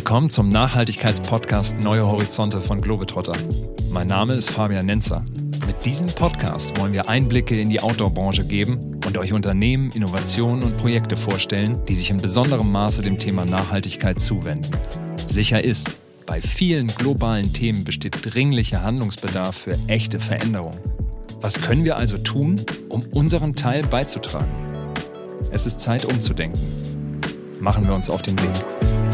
Willkommen zum Nachhaltigkeitspodcast Neue Horizonte von Globetrotter. Mein Name ist Fabian Nenzer. Mit diesem Podcast wollen wir Einblicke in die Outdoor-Branche geben und euch Unternehmen, Innovationen und Projekte vorstellen, die sich in besonderem Maße dem Thema Nachhaltigkeit zuwenden. Sicher ist, bei vielen globalen Themen besteht dringlicher Handlungsbedarf für echte Veränderung. Was können wir also tun, um unseren Teil beizutragen? Es ist Zeit umzudenken. Machen wir uns auf den Weg.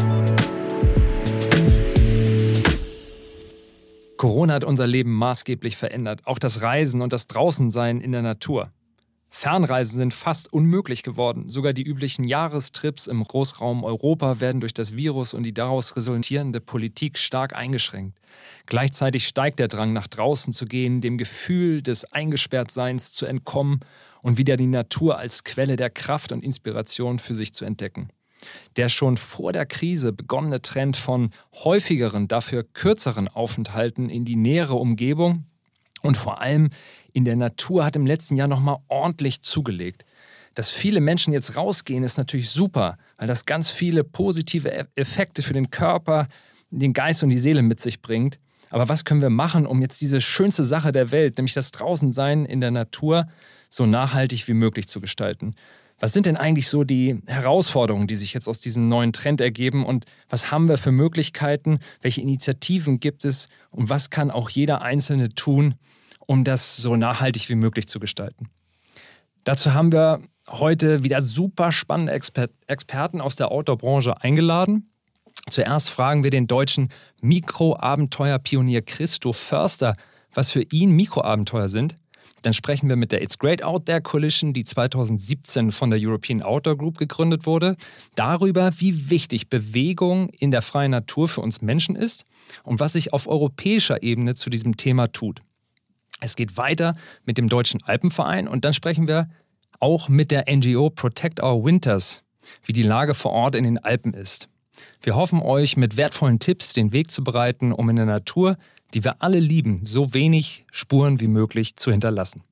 Corona hat unser Leben maßgeblich verändert, auch das Reisen und das Draußensein in der Natur. Fernreisen sind fast unmöglich geworden. Sogar die üblichen Jahrestrips im Großraum Europa werden durch das Virus und die daraus resultierende Politik stark eingeschränkt. Gleichzeitig steigt der Drang, nach draußen zu gehen, dem Gefühl des Eingesperrtseins zu entkommen und wieder die Natur als Quelle der Kraft und Inspiration für sich zu entdecken. Der schon vor der Krise begonnene Trend von häufigeren, dafür kürzeren Aufenthalten in die nähere Umgebung und vor allem in der Natur hat im letzten Jahr nochmal ordentlich zugelegt. Dass viele Menschen jetzt rausgehen, ist natürlich super, weil das ganz viele positive Effekte für den Körper, den Geist und die Seele mit sich bringt. Aber was können wir machen, um jetzt diese schönste Sache der Welt, nämlich das Draußensein in der Natur, so nachhaltig wie möglich zu gestalten? Was sind denn eigentlich so die Herausforderungen, die sich jetzt aus diesem neuen Trend ergeben und was haben wir für Möglichkeiten, welche Initiativen gibt es und was kann auch jeder Einzelne tun, um das so nachhaltig wie möglich zu gestalten? Dazu haben wir heute wieder super spannende Experten aus der Outdoor-Branche eingeladen. Zuerst fragen wir den deutschen Mikroabenteuer-Pionier Christo Förster, was für ihn Mikroabenteuer sind. Dann sprechen wir mit der It's Great Out There Coalition, die 2017 von der European Outdoor Group gegründet wurde, darüber, wie wichtig Bewegung in der freien Natur für uns Menschen ist und was sich auf europäischer Ebene zu diesem Thema tut. Es geht weiter mit dem Deutschen Alpenverein und dann sprechen wir auch mit der NGO Protect Our Winters, wie die Lage vor Ort in den Alpen ist. Wir hoffen, euch mit wertvollen Tipps den Weg zu bereiten, um in der Natur, die wir alle lieben, so wenig Spuren wie möglich zu hinterlassen.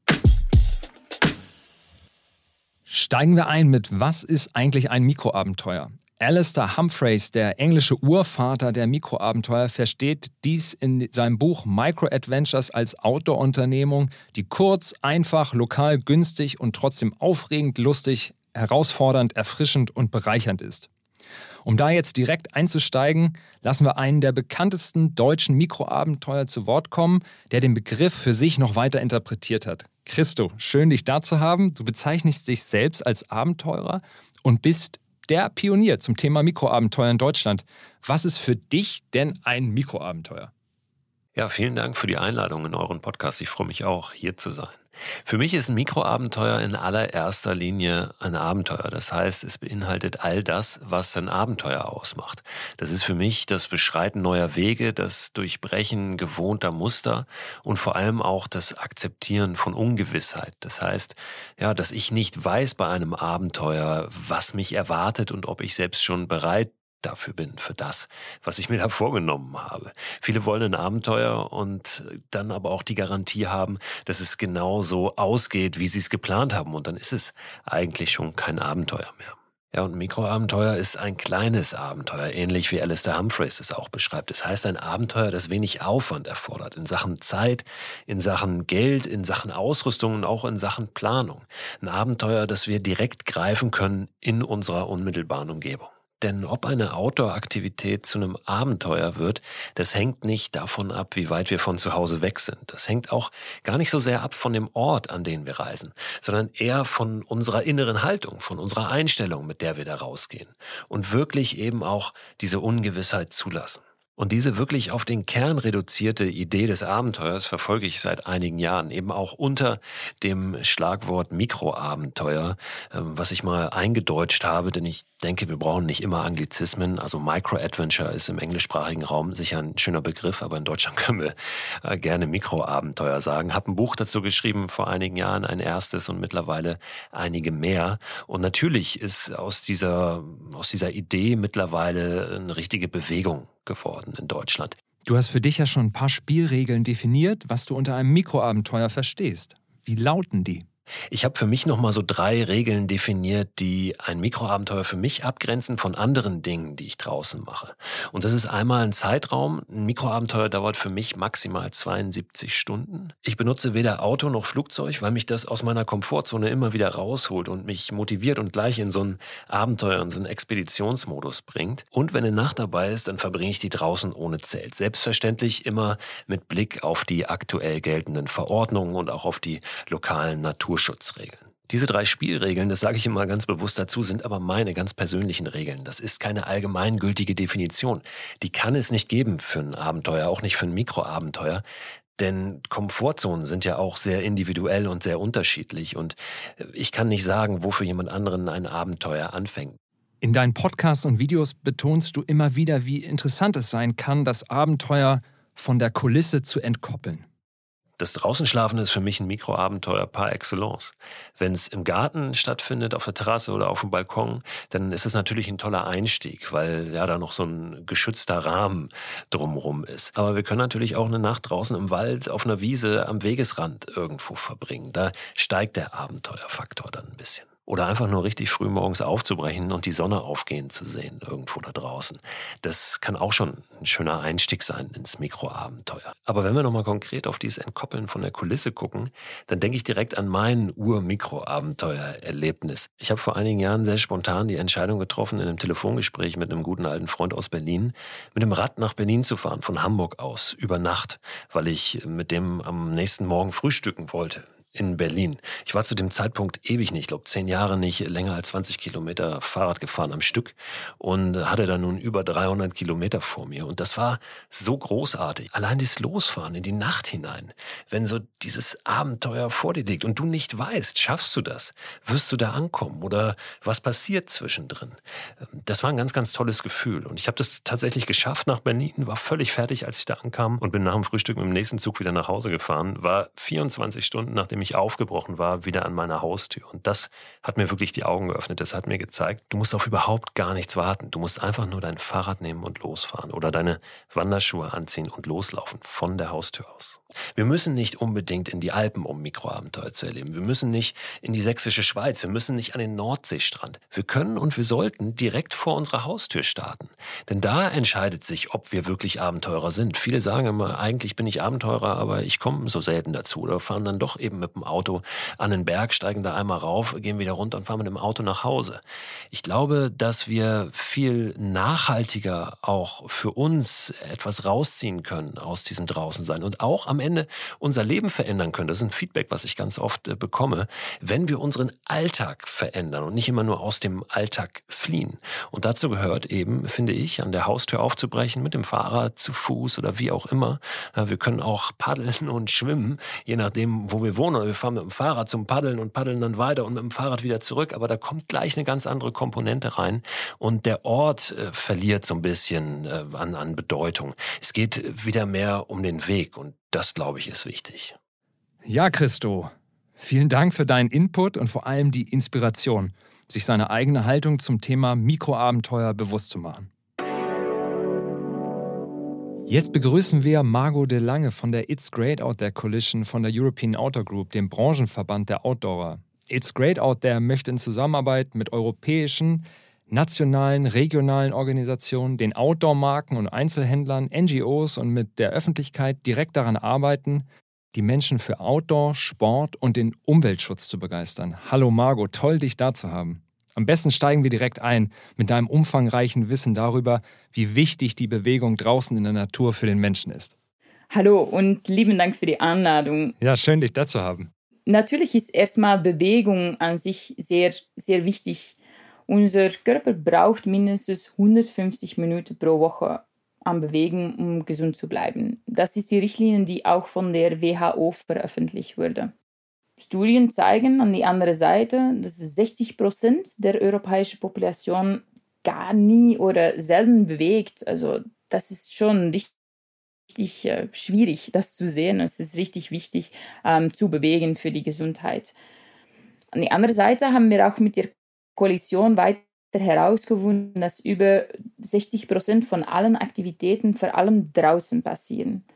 Steigen wir ein mit, was ist eigentlich ein Mikroabenteuer? Alistair Humphreys, der englische Urvater der Mikroabenteuer, versteht dies in seinem Buch Micro Adventures als Outdoor-Unternehmung, die kurz, einfach, lokal, günstig und trotzdem aufregend, lustig, herausfordernd, erfrischend und bereichernd ist. Um da jetzt direkt einzusteigen, lassen wir einen der bekanntesten deutschen Mikroabenteuer zu Wort kommen, der den Begriff für sich noch weiter interpretiert hat. Christo, schön dich da zu haben. Du bezeichnest dich selbst als Abenteurer und bist der Pionier zum Thema Mikroabenteuer in Deutschland. Was ist für dich denn ein Mikroabenteuer? Ja, vielen Dank für die Einladung in euren Podcast. Ich freue mich auch, hier zu sein. Für mich ist ein Mikroabenteuer in allererster Linie ein Abenteuer. Das heißt, es beinhaltet all das, was ein Abenteuer ausmacht. Das ist für mich das Beschreiten neuer Wege, das Durchbrechen gewohnter Muster und vor allem auch das Akzeptieren von Ungewissheit. Das heißt, ja, dass ich nicht weiß bei einem Abenteuer, was mich erwartet und ob ich selbst schon bereit dafür bin, für das, was ich mir da vorgenommen habe. Viele wollen ein Abenteuer und dann aber auch die Garantie haben, dass es genau so ausgeht, wie sie es geplant haben. Und dann ist es eigentlich schon kein Abenteuer mehr. Ja, und ein Mikroabenteuer ist ein kleines Abenteuer, ähnlich wie Alistair Humphreys es auch beschreibt. Das heißt, ein Abenteuer, das wenig Aufwand erfordert, in Sachen Zeit, in Sachen Geld, in Sachen Ausrüstung und auch in Sachen Planung. Ein Abenteuer, das wir direkt greifen können in unserer unmittelbaren Umgebung. Denn ob eine Outdoor-Aktivität zu einem Abenteuer wird, das hängt nicht davon ab, wie weit wir von zu Hause weg sind. Das hängt auch gar nicht so sehr ab von dem Ort, an den wir reisen, sondern eher von unserer inneren Haltung, von unserer Einstellung, mit der wir da rausgehen. Und wirklich eben auch diese Ungewissheit zulassen. Und diese wirklich auf den Kern reduzierte Idee des Abenteuers verfolge ich seit einigen Jahren, eben auch unter dem Schlagwort Mikroabenteuer, was ich mal eingedeutscht habe, denn ich denke, wir brauchen nicht immer Anglizismen. Also Micro-Adventure ist im englischsprachigen Raum sicher ein schöner Begriff, aber in Deutschland können wir gerne Mikroabenteuer sagen. Habe ein Buch dazu geschrieben vor einigen Jahren, ein erstes und mittlerweile einige mehr. Und natürlich ist aus dieser Idee mittlerweile eine richtige Bewegung geworden in Deutschland. Du hast für dich ja schon ein paar Spielregeln definiert, was du unter einem Mikroabenteuer verstehst. Wie lauten die? Ich habe für mich nochmal so 3 Regeln definiert, die ein Mikroabenteuer für mich abgrenzen von anderen Dingen, die ich draußen mache. Und das ist einmal ein Zeitraum. Ein Mikroabenteuer dauert für mich maximal 72 Stunden. Ich benutze weder Auto noch Flugzeug, weil mich das aus meiner Komfortzone immer wieder rausholt und mich motiviert und gleich in so ein Abenteuer, in so einen Expeditionsmodus bringt. Und wenn eine Nacht dabei ist, dann verbringe ich die draußen ohne Zelt. Selbstverständlich immer mit Blick auf die aktuell geltenden Verordnungen und auch auf die lokalen Naturschutzregeln. Diese 3 Spielregeln, das sage ich immer ganz bewusst dazu, sind aber meine ganz persönlichen Regeln. Das ist keine allgemeingültige Definition. Die kann es nicht geben für ein Abenteuer, auch nicht für ein Mikroabenteuer. Denn Komfortzonen sind ja auch sehr individuell und sehr unterschiedlich. Und ich kann nicht sagen, wofür jemand anderen ein Abenteuer anfängt. In deinen Podcasts und Videos betonst du immer wieder, wie interessant es sein kann, das Abenteuer von der Kulisse zu entkoppeln. Das Draußenschlafen ist für mich ein Mikroabenteuer par excellence. Wenn es im Garten stattfindet, auf der Terrasse oder auf dem Balkon, dann ist es natürlich ein toller Einstieg, weil ja da noch so ein geschützter Rahmen drumherum ist. Aber wir können natürlich auch eine Nacht draußen im Wald, auf einer Wiese, am Wegesrand irgendwo verbringen. Da steigt der Abenteuerfaktor dann ein bisschen. Oder einfach nur richtig früh morgens aufzubrechen und die Sonne aufgehen zu sehen, irgendwo da draußen. Das kann auch schon ein schöner Einstieg sein ins Mikroabenteuer. Aber wenn wir nochmal konkret auf dieses Entkoppeln von der Kulisse gucken, dann denke ich direkt an mein Ur-Mikroabenteuer-Erlebnis. Ich habe vor einigen Jahren sehr spontan die Entscheidung getroffen, in einem Telefongespräch mit einem guten alten Freund aus Berlin, mit dem Rad nach Berlin zu fahren, von Hamburg aus, über Nacht, weil ich mit dem am nächsten Morgen frühstücken wollte. In Berlin. Ich war zu dem Zeitpunkt ewig nicht, ich glaube 10 Jahre nicht länger als 20 Kilometer Fahrrad gefahren am Stück und hatte dann nun über 300 Kilometer vor mir. Und das war so großartig. Allein das Losfahren in die Nacht hinein, wenn so dieses Abenteuer vor dir liegt und du nicht weißt, schaffst du das? Wirst du da ankommen? Oder was passiert zwischendrin? Das war ein ganz, ganz tolles Gefühl. Und ich habe das tatsächlich geschafft nach Berlin, war völlig fertig, als ich da ankam und bin nach dem Frühstück mit dem nächsten Zug wieder nach Hause gefahren. War 24 Stunden, nachdem ich aufgebrochen war, wieder an meiner Haustür. Und das hat mir wirklich die Augen geöffnet. Das hat mir gezeigt, du musst auf überhaupt gar nichts warten. Du musst einfach nur dein Fahrrad nehmen und losfahren oder deine Wanderschuhe anziehen und loslaufen von der Haustür aus. Wir müssen nicht unbedingt in die Alpen, um Mikroabenteuer zu erleben. Wir müssen nicht in die sächsische Schweiz. Wir müssen nicht an den Nordseestrand. Wir können und wir sollten direkt vor unserer Haustür starten. Denn da entscheidet sich, ob wir wirklich Abenteurer sind. Viele sagen immer, eigentlich bin ich Abenteurer, aber ich komme so selten dazu. Oder fahren dann doch eben mit dem Auto an den Berg, steigen da einmal rauf, gehen wieder runter und fahren mit dem Auto nach Hause. Ich glaube, dass wir viel nachhaltiger auch für uns etwas rausziehen können aus diesem Draußensein und auch am Ende unser Leben verändern können. Das ist ein Feedback, was ich ganz oft bekomme, wenn wir unseren Alltag verändern und nicht immer nur aus dem Alltag fliehen. Und dazu gehört eben, finde ich, an der Haustür aufzubrechen, mit dem Fahrrad, zu Fuß oder wie auch immer. Ja, wir können auch paddeln und schwimmen, je nachdem, wo wir wohnen. Wir fahren mit dem Fahrrad zum Paddeln und paddeln dann weiter und mit dem Fahrrad wieder zurück. Aber da kommt gleich eine ganz andere Komponente rein und der Ort verliert so ein bisschen an Bedeutung. Es geht wieder mehr um den Weg und das, glaube ich, ist wichtig. Ja, Christo, vielen Dank für deinen Input und vor allem die Inspiration, sich seine eigene Haltung zum Thema Mikroabenteuer bewusst zu machen. Jetzt begrüßen wir Margot de Lange von der It's Great Out There Coalition von der European Outdoor Group, dem Branchenverband der Outdoorer. It's Great Out There möchte in Zusammenarbeit mit europäischen, nationalen, regionalen Organisationen, den Outdoor-Marken und Einzelhändlern, NGOs und mit der Öffentlichkeit direkt daran arbeiten, die Menschen für Outdoor, Sport und den Umweltschutz zu begeistern. Hallo Margot, toll dich da zu haben. Am besten steigen wir direkt ein mit deinem umfangreichen Wissen darüber, wie wichtig die Bewegung draußen in der Natur für den Menschen ist. Hallo und lieben Dank für die Einladung. Ja, schön, dich da zu haben. Natürlich ist erstmal Bewegung an sich sehr, sehr wichtig. Unser Körper braucht mindestens 150 Minuten pro Woche am Bewegen, um gesund zu bleiben. Das ist die Richtlinie, die auch von der WHO veröffentlicht wurde. Studien zeigen an die andere Seite, dass 60% der europäischen Population gar nie oder selten bewegt. Also das ist schon richtig schwierig, das zu sehen. Es ist richtig wichtig, zu bewegen für die Gesundheit. An die andere Seite haben wir auch mit der Koalition weiter herausgefunden, dass über 60% von allen Aktivitäten vor allem draußen passieren.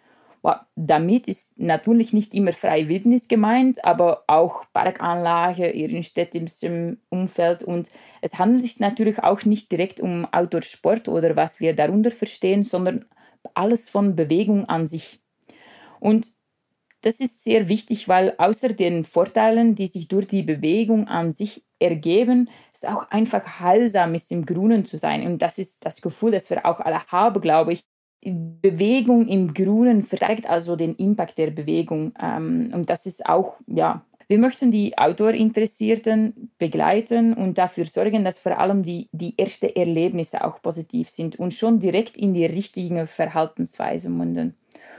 Damit ist natürlich nicht immer freie Wildnis gemeint, aber auch Parkanlagen in städtischem Umfeld. Und es handelt sich natürlich auch nicht direkt um Outdoor-Sport oder was wir darunter verstehen, sondern alles von Bewegung an sich. Und das ist sehr wichtig, weil außer den Vorteilen, die sich durch die Bewegung an sich ergeben, es auch einfach heilsam ist, im Grünen zu sein. Und das ist das Gefühl, das wir auch alle haben, glaube ich. Bewegung im Grünen verstärkt also den Impact der Bewegung. Und das ist auch, wir möchten die Outdoor-Interessierten begleiten und dafür sorgen, dass vor allem die ersten Erlebnisse auch positiv sind und schon direkt in die richtige Verhaltensweise münden.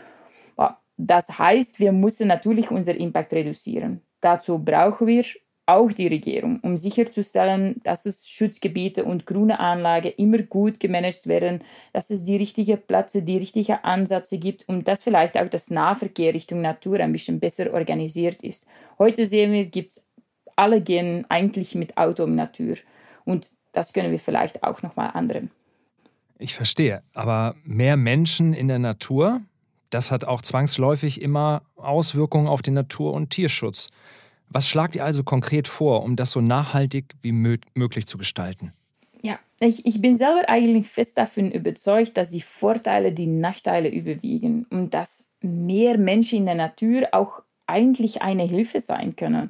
Das heißt, wir müssen natürlich unseren Impact reduzieren. Dazu brauchen wir auch die Regierung, um sicherzustellen, dass es Schutzgebiete und grüne Anlagen immer gut gemanagt werden, dass es die richtigen Plätze, die richtigen Ansätze gibt und dass vielleicht auch das Nahverkehr Richtung Natur ein bisschen besser organisiert ist. Heute sehen wir, alle gehen eigentlich mit Auto in Natur und das können wir vielleicht auch nochmal ändern. Ich verstehe, aber mehr Menschen in der Natur, das hat auch zwangsläufig immer Auswirkungen auf den Natur- und Tierschutz. Was schlagt ihr also konkret vor, um das so nachhaltig wie möglich zu gestalten? Ja, ich bin selber eigentlich fest davon überzeugt, dass die Vorteile die Nachteile überwiegen und dass mehr Menschen in der Natur auch eigentlich eine Hilfe sein können.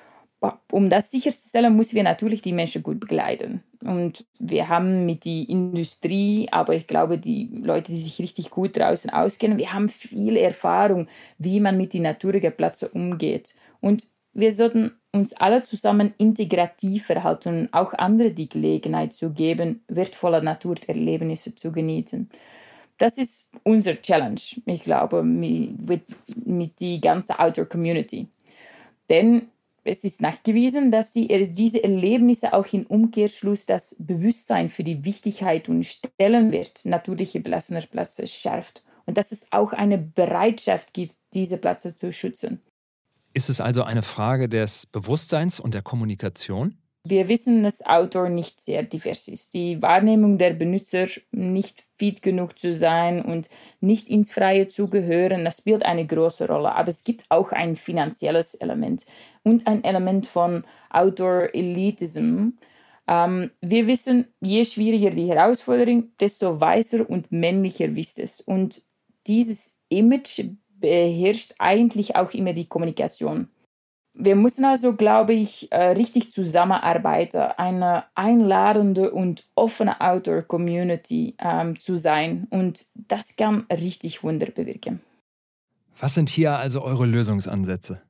Um das sicherzustellen, müssen wir natürlich die Menschen gut begleiten. Und wir haben mit der Industrie, aber ich glaube, die Leute, die sich richtig gut draußen auskennen, wir haben viel Erfahrung, wie man mit den natürlichen Plätzen umgeht. Und wir sollten uns alle zusammen integrativ verhalten und auch anderen die Gelegenheit zu geben, wertvolle Naturerlebnisse zu genießen. Das ist unser Challenge, ich glaube, mit der ganzen Outdoor-Community. Denn es ist nachgewiesen, dass diese Erlebnisse auch im Umkehrschluss das Bewusstsein für die Wichtigkeit und Stellenwert natürlicher Plätze schärft. Und dass es auch eine Bereitschaft gibt, diese Plätze zu schützen. Ist es also eine Frage des Bewusstseins und der Kommunikation? Wir wissen, dass Outdoor nicht sehr divers ist. Die Wahrnehmung der Benutzer, nicht fit genug zu sein und nicht ins Freie zu gehören, das spielt eine große Rolle. Aber es gibt auch ein finanzielles Element und ein Element von Outdoor-Elitism. Wir wissen, je schwieriger die Herausforderung, desto weißer und männlicher ist es. Und dieses Image beherrscht eigentlich auch immer die Kommunikation. Wir müssen also, glaube ich, richtig zusammenarbeiten, eine einladende und offene Outdoor-Community zu sein. Und das kann richtig Wunder bewirken. Was sind hier also eure Lösungsansätze?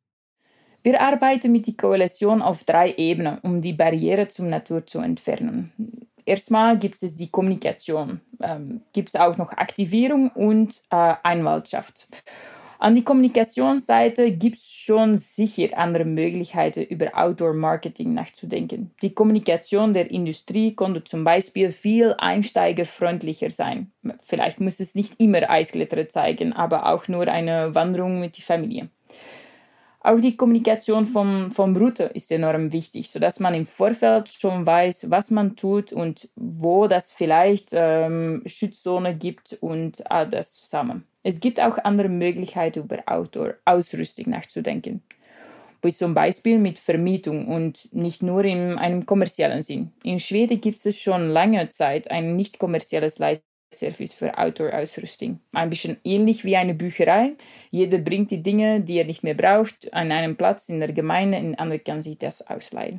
Wir arbeiten mit der Koalition auf 3 Ebenen, um die Barriere zur Natur zu entfernen. Erstmal gibt es die Kommunikation, gibt es auch noch Aktivierung und Anwaltschaft. An die Kommunikationsseite gibt es schon sicher andere Möglichkeiten, über Outdoor-Marketing nachzudenken. Die Kommunikation der Industrie konnte zum Beispiel viel einsteigerfreundlicher sein. Vielleicht muss es nicht immer Eiskletterer zeigen, aber auch nur eine Wanderung mit der Familie. Auch die Kommunikation vom Route ist enorm wichtig, sodass man im Vorfeld schon weiß, was man tut und wo das vielleicht Schutzzone gibt und all das zusammen. Es gibt auch andere Möglichkeiten, über Outdoor-Ausrüstung nachzudenken. Wie zum Beispiel mit Vermietung und nicht nur in einem kommerziellen Sinn. In Schweden gibt es schon lange Zeit ein nicht kommerzielles Leitservice für Outdoor-Ausrüstung. Ein bisschen ähnlich wie eine Bücherei. Jeder bringt die Dinge, die er nicht mehr braucht, an einen Platz in der Gemeinde und andere kann sich das ausleihen.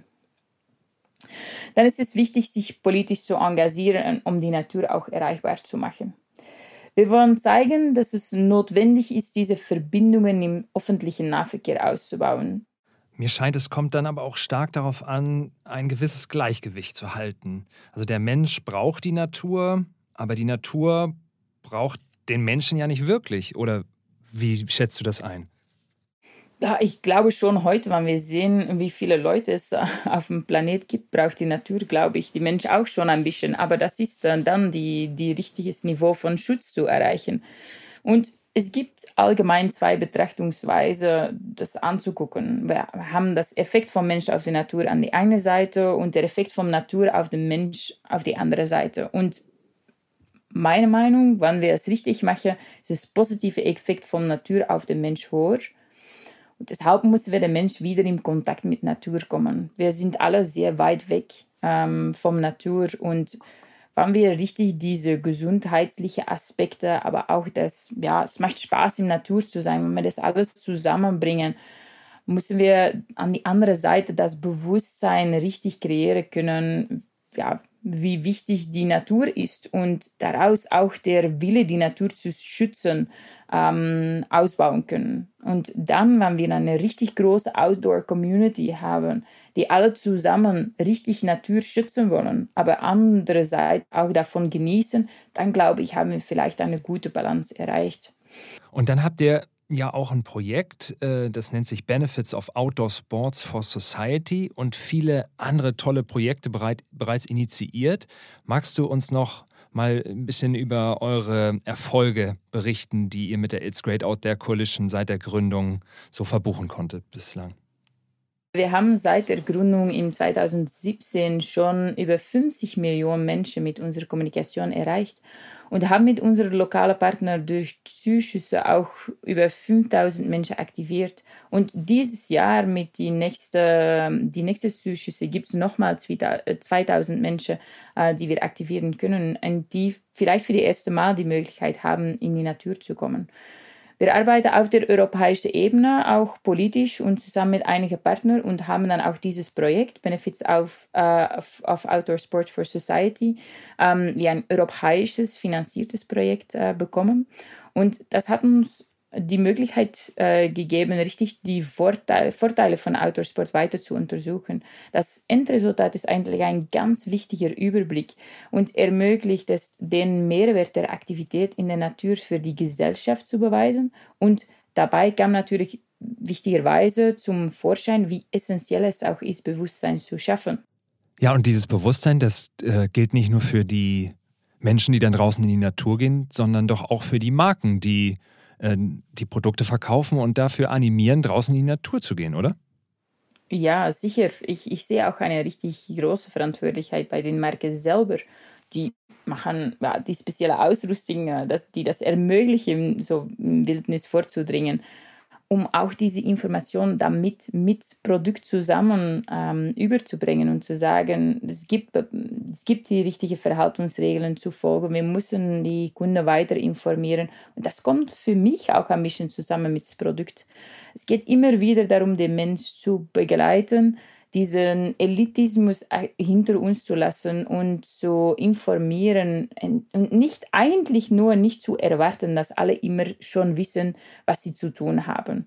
Dann ist es wichtig, sich politisch zu engagieren, um die Natur auch erreichbar zu machen. Wir wollen zeigen, dass es notwendig ist, diese Verbindungen im öffentlichen Nahverkehr auszubauen. Mir scheint, es kommt dann aber auch stark darauf an, ein gewisses Gleichgewicht zu halten. Also der Mensch braucht die Natur, aber die Natur braucht den Menschen ja nicht wirklich. Oder wie schätzt du das ein? Ja, ich glaube schon heute, wenn wir sehen, wie viele Leute es auf dem Planet gibt, braucht die Natur, glaube ich, die Menschen auch schon ein bisschen. Aber das ist dann die richtiges Niveau von Schutz zu erreichen. Und es gibt allgemein 2 Betrachtungsweisen, das anzugucken. Wir haben das Effekt vom Mensch auf die Natur an die eine Seite und der Effekt vom Natur auf den Mensch auf die andere Seite. Und Meine Meinung, wenn wir es richtig machen, ist das positive Effekt von Natur auf den Mensch hoch. Und deshalb müssen wir der Mensch wieder in Kontakt mit Natur kommen. Wir sind alle sehr weit weg vom Natur und wenn wir richtig diese gesundheitlichen Aspekte, aber auch das, ja, es macht Spaß im Natur zu sein, wenn wir das alles zusammenbringen, müssen wir an die andere Seite das Bewusstsein richtig kreieren können, ja, wie wichtig die Natur ist und daraus auch der Wille, die Natur zu schützen, ausbauen können. Und dann, wenn wir eine richtig große Outdoor-Community haben, die alle zusammen richtig Natur schützen wollen, aber andererseits auch davon genießen, dann glaube ich, haben wir vielleicht eine gute Balance erreicht. Und dann habt ihr ja auch ein Projekt, das nennt sich Benefits of Outdoor Sports for Society und viele andere tolle Projekte bereits initiiert. Magst du uns noch mal ein bisschen über eure Erfolge berichten, die ihr mit der It's Great Out There Coalition seit der Gründung so verbuchen konntet bislang? Wir haben seit der Gründung in 2017 schon über 50 Millionen Menschen mit unserer Kommunikation erreicht und haben mit unseren lokalen Partnern durch Zuschüsse auch über 5000 Menschen aktiviert. Und dieses Jahr mit die nächste Zuschüsse gibt es nochmal 2000 Menschen, die wir aktivieren können und die vielleicht für das erste Mal die Möglichkeit haben, in die Natur zu kommen. Wir arbeiten auf der europäischen Ebene, auch politisch und zusammen mit einigen Partnern und haben dann auch dieses Projekt Benefits of Outdoor Sport for Society wie ein europäisches finanziertes Projekt bekommen. Und das hat uns die Möglichkeit gegeben, richtig die Vorteile von Outdoor-Sport weiter zu untersuchen. Das Endresultat ist eigentlich ein ganz wichtiger Überblick und ermöglicht es, den Mehrwert der Aktivität in der Natur für die Gesellschaft zu beweisen. Und dabei kam natürlich wichtigerweise zum Vorschein, wie essentiell es auch ist, Bewusstsein zu schaffen. Ja, und dieses Bewusstsein, das gilt nicht nur für die Menschen, die dann draußen in die Natur gehen, sondern doch auch für die Marken, die Produkte verkaufen und dafür animieren, draußen in die Natur zu gehen, oder? Ja, sicher. Ich sehe auch eine richtig große Verantwortlichkeit bei den Marken selber. Die machen die spezielle Ausrüstung, die das ermöglichen, so im Wildnis vorzudringen, um auch diese Information damit mit Produkt zusammen überzubringen und zu sagen, es gibt die richtigen Verhaltensregeln zu folgen, wir müssen die Kunden weiter informieren. Und das kommt für mich auch ein bisschen zusammen mit dem Produkt. Es geht immer wieder darum, den Menschen zu begleiten, diesen Elitismus hinter uns zu lassen und zu informieren und nicht zu erwarten, dass alle immer schon wissen, was sie zu tun haben.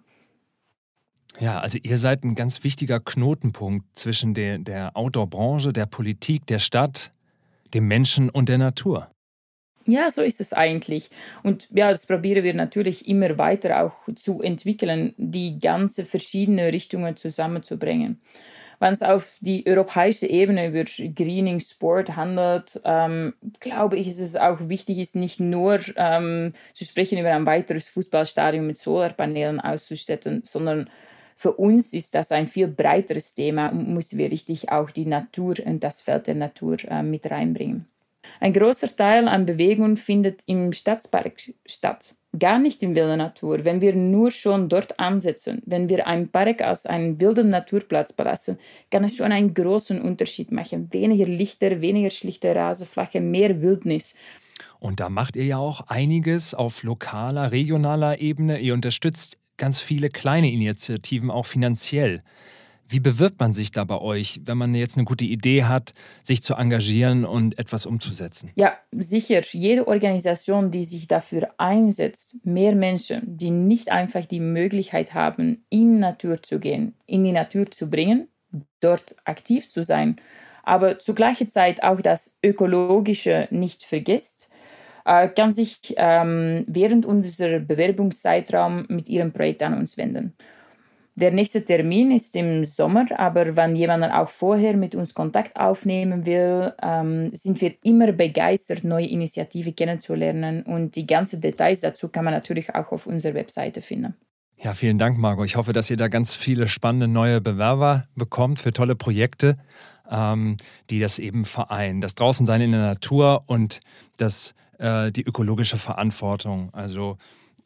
Ja, also ihr seid ein ganz wichtiger Knotenpunkt zwischen der Outdoor-Branche, der Politik, der Stadt, dem Menschen und der Natur. Ja, so ist es eigentlich. Und ja, das probieren wir natürlich immer weiter auch zu entwickeln, die ganze verschiedenen Richtungen zusammenzubringen. Wenn es auf die europäische Ebene über Greening Sport handelt, glaube ich, ist es auch wichtig, ist nicht nur zu sprechen über ein weiteres Fußballstadion mit Solarpanelen auszustatten, sondern für uns ist das ein viel breiteres Thema und müssen wir richtig auch die Natur und das Feld der Natur mit reinbringen. Ein großer Teil an Bewegung findet im Stadtpark statt, gar nicht in wilder Natur. Wenn wir nur schon dort ansetzen, wenn wir einen Park als einen wilden Naturplatz belassen, kann es schon einen großen Unterschied machen. Weniger Lichter, weniger schlichte Rasenfläche, mehr Wildnis. Und da macht ihr ja auch einiges auf lokaler, regionaler Ebene. Ihr unterstützt ganz viele kleine Initiativen auch finanziell. Wie bewirbt man sich da bei euch, wenn man jetzt eine gute Idee hat, sich zu engagieren und etwas umzusetzen? Ja, sicher. Jede Organisation, die sich dafür einsetzt, mehr Menschen, die nicht einfach die Möglichkeit haben, in die Natur zu gehen, in die Natur zu bringen, dort aktiv zu sein, aber zur gleichen Zeit auch das Ökologische nicht vergisst, kann sich während unserer Bewerbungszeitraum mit ihrem Projekt an uns wenden. Der nächste Termin ist im Sommer, aber wenn jemand dann auch vorher mit uns Kontakt aufnehmen will, sind wir immer begeistert, neue Initiativen kennenzulernen. Und die ganzen Details dazu kann man natürlich auch auf unserer Webseite finden. Ja, vielen Dank, Margot. Ich hoffe, dass ihr da ganz viele spannende neue Bewerber bekommt für tolle Projekte. die das eben vereinen. Das Draußensein in der Natur und die ökologische Verantwortung. Also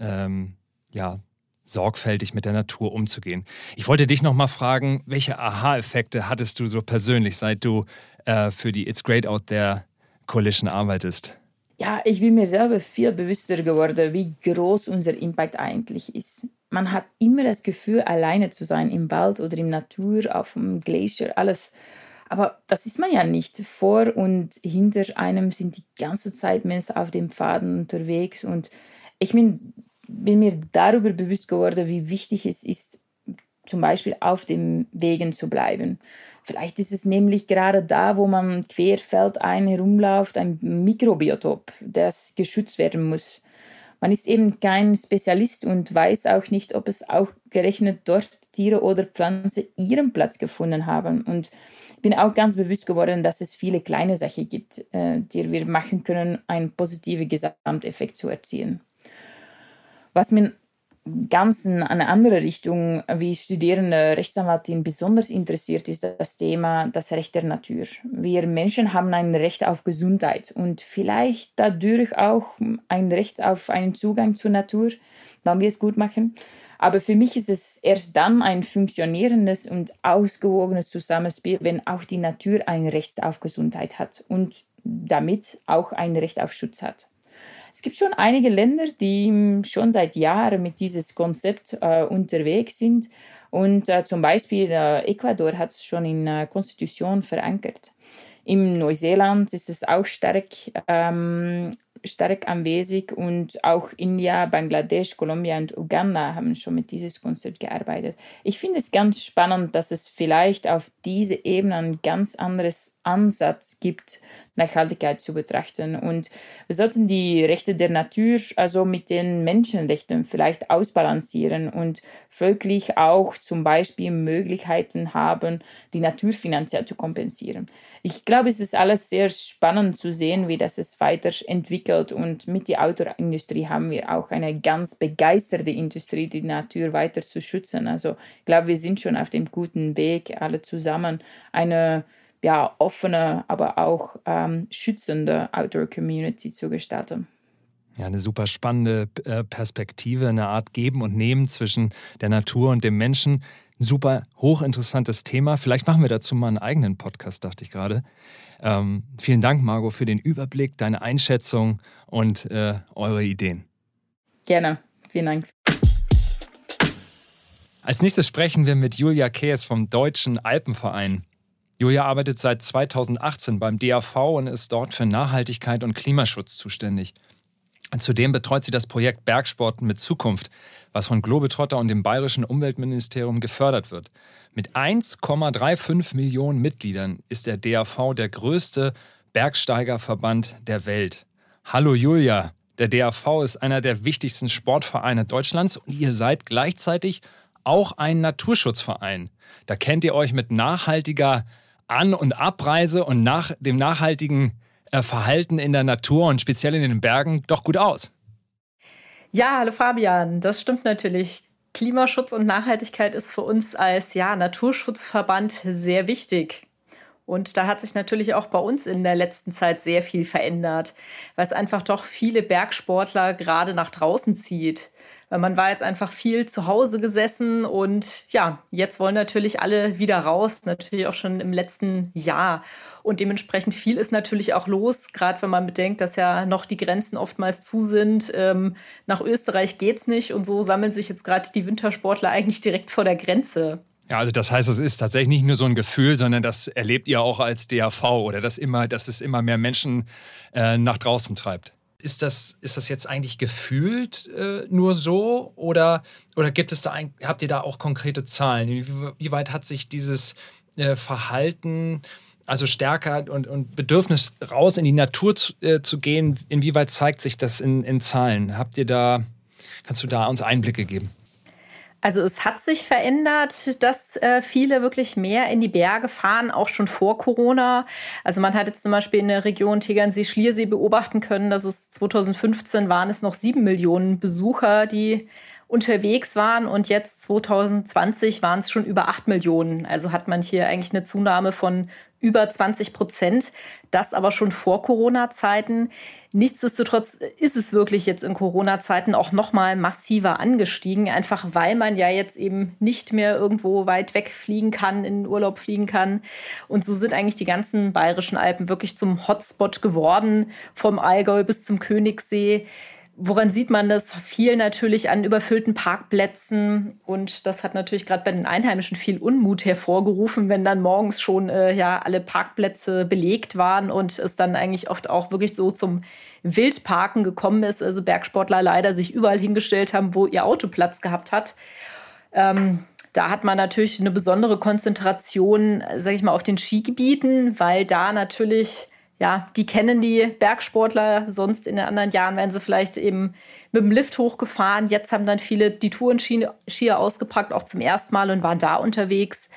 sorgfältig mit der Natur umzugehen. Ich wollte dich noch mal fragen, welche Aha-Effekte hattest du so persönlich, seit du für die It's Great Out There Coalition arbeitest? Ja, ich bin mir selber viel bewusster geworden, wie groß unser Impact eigentlich ist. Man hat immer das Gefühl, alleine zu sein im Wald oder in der Natur, auf dem Glacier, alles. Aber das ist man ja nicht. Vor und hinter einem sind die ganze Zeit Menschen auf den Pfaden unterwegs. Und ich bin mir darüber bewusst geworden, wie wichtig es ist, zum Beispiel auf den Wegen zu bleiben. Vielleicht ist es nämlich gerade da, wo man querfeldein herumläuft, ein Mikrobiotop, das geschützt werden muss. Man ist eben kein Spezialist und weiß auch nicht, ob es auch gerechnet dort Tiere oder Pflanzen ihren Platz gefunden haben. Und ich bin auch ganz bewusst geworden, dass es viele kleine Sachen gibt, die wir machen können, einen positiven Gesamteffekt zu erzielen. Was mir ganz in eine andere Richtung, wie studierende Rechtsanwältin besonders interessiert, ist das Thema das Recht der Natur. Wir Menschen haben ein Recht auf Gesundheit und vielleicht dadurch auch ein Recht auf einen Zugang zur Natur, wenn wir es gut machen. Aber für mich ist es erst dann ein funktionierendes und ausgewogenes Zusammenspiel, wenn auch die Natur ein Recht auf Gesundheit hat und damit auch ein Recht auf Schutz hat. Es gibt schon einige Länder, die schon seit Jahren mit diesem Konzept unterwegs sind. Und zum Beispiel Ecuador hat es schon in der Konstitution verankert. In Neuseeland ist es auch stark anwesend und auch India, Bangladesch, Kolumbien und Uganda haben schon mit diesem Konzept gearbeitet. Ich finde es ganz spannend, dass es vielleicht auf dieser Ebene ein ganz anderes Ansatz gibt, Nachhaltigkeit zu betrachten. Und wir sollten die Rechte der Natur also mit den Menschenrechten vielleicht ausbalancieren und folglich auch zum Beispiel Möglichkeiten haben, die Natur finanziell zu kompensieren. Ich glaube, es ist alles sehr spannend zu sehen, wie das es weiterentwickelt. Und mit der Autoindustrie haben wir auch eine ganz begeisterte Industrie, die Natur weiter zu schützen. Also ich glaube, wir sind schon auf dem guten Weg, alle zusammen eine offene, aber auch schützende Outdoor-Community zu gestalten. Ja, eine super spannende Perspektive, eine Art Geben und Nehmen zwischen der Natur und dem Menschen. Ein super hochinteressantes Thema. Vielleicht machen wir dazu mal einen eigenen Podcast, dachte ich gerade. Vielen Dank, Margot, für den Überblick, deine Einschätzung und eure Ideen. Gerne. Vielen Dank. Als nächstes sprechen wir mit Julia Kees vom Deutschen Alpenverein. Julia arbeitet seit 2018 beim DAV und ist dort für Nachhaltigkeit und Klimaschutz zuständig. Zudem betreut sie das Projekt Bergsport mit Zukunft, was von Globetrotter und dem Bayerischen Umweltministerium gefördert wird. Mit 1,35 Millionen Mitgliedern ist der DAV der größte Bergsteigerverband der Welt. Hallo Julia, der DAV ist einer der wichtigsten Sportvereine Deutschlands und ihr seid gleichzeitig auch ein Naturschutzverein. Da kennt ihr euch mit nachhaltiger An- und Abreise und nach dem nachhaltigen Verhalten in der Natur und speziell in den Bergen doch gut aus. Ja, hallo Fabian, das stimmt natürlich. Klimaschutz und Nachhaltigkeit ist für uns als Naturschutzverband sehr wichtig. Und da hat sich natürlich auch bei uns in der letzten Zeit sehr viel verändert, weil es einfach doch viele Bergsportler gerade nach draußen zieht. Weil man war jetzt einfach viel zu Hause gesessen und jetzt wollen natürlich alle wieder raus, natürlich auch schon im letzten Jahr. Und dementsprechend viel ist natürlich auch los, gerade wenn man bedenkt, dass ja noch die Grenzen oftmals zu sind. Nach Österreich geht's nicht und so sammeln sich jetzt gerade die Wintersportler eigentlich direkt vor der Grenze. Ja, also das heißt, es ist tatsächlich nicht nur so ein Gefühl, sondern das erlebt ihr auch als DAV oder dass es immer mehr Menschen nach draußen treibt. Ist das jetzt eigentlich gefühlt nur so oder gibt es habt ihr da auch konkrete Zahlen? Wie weit hat sich dieses Verhalten, also stärker und Bedürfnis raus in die Natur zu gehen, inwieweit zeigt sich das in Zahlen? Kannst du da uns Einblicke geben? Also es hat sich verändert, dass viele wirklich mehr in die Berge fahren, auch schon vor Corona. Also man hat jetzt zum Beispiel in der Region Tegernsee-Schliersee beobachten können, dass es 2015 waren es noch 7 Millionen Besucher, die unterwegs waren. Und jetzt 2020 waren es schon über 8 Millionen. Also hat man hier eigentlich eine Zunahme von über 20%. Das aber schon vor Corona-Zeiten. Nichtsdestotrotz ist es wirklich jetzt in Corona-Zeiten auch noch mal massiver angestiegen. Einfach weil man ja jetzt eben nicht mehr irgendwo weit weg fliegen kann, in den Urlaub fliegen kann. Und so sind eigentlich die ganzen bayerischen Alpen wirklich zum Hotspot geworden. Vom Allgäu bis zum Königssee. Woran sieht man das? Viel natürlich an überfüllten Parkplätzen. Und das hat natürlich gerade bei den Einheimischen viel Unmut hervorgerufen, wenn dann morgens schon alle Parkplätze belegt waren und es dann eigentlich oft auch wirklich so zum Wildparken gekommen ist. Also Bergsportler leider sich überall hingestellt haben, wo ihr Auto Platz gehabt hat. Da hat man natürlich eine besondere Konzentration, sage ich mal, auf den Skigebieten, weil da natürlich... Ja, die kennen die Bergsportler, sonst in den anderen Jahren wären sie vielleicht eben mit dem Lift hochgefahren. Jetzt haben dann viele die Tourenskier ausgepackt, auch zum ersten Mal und waren da unterwegs.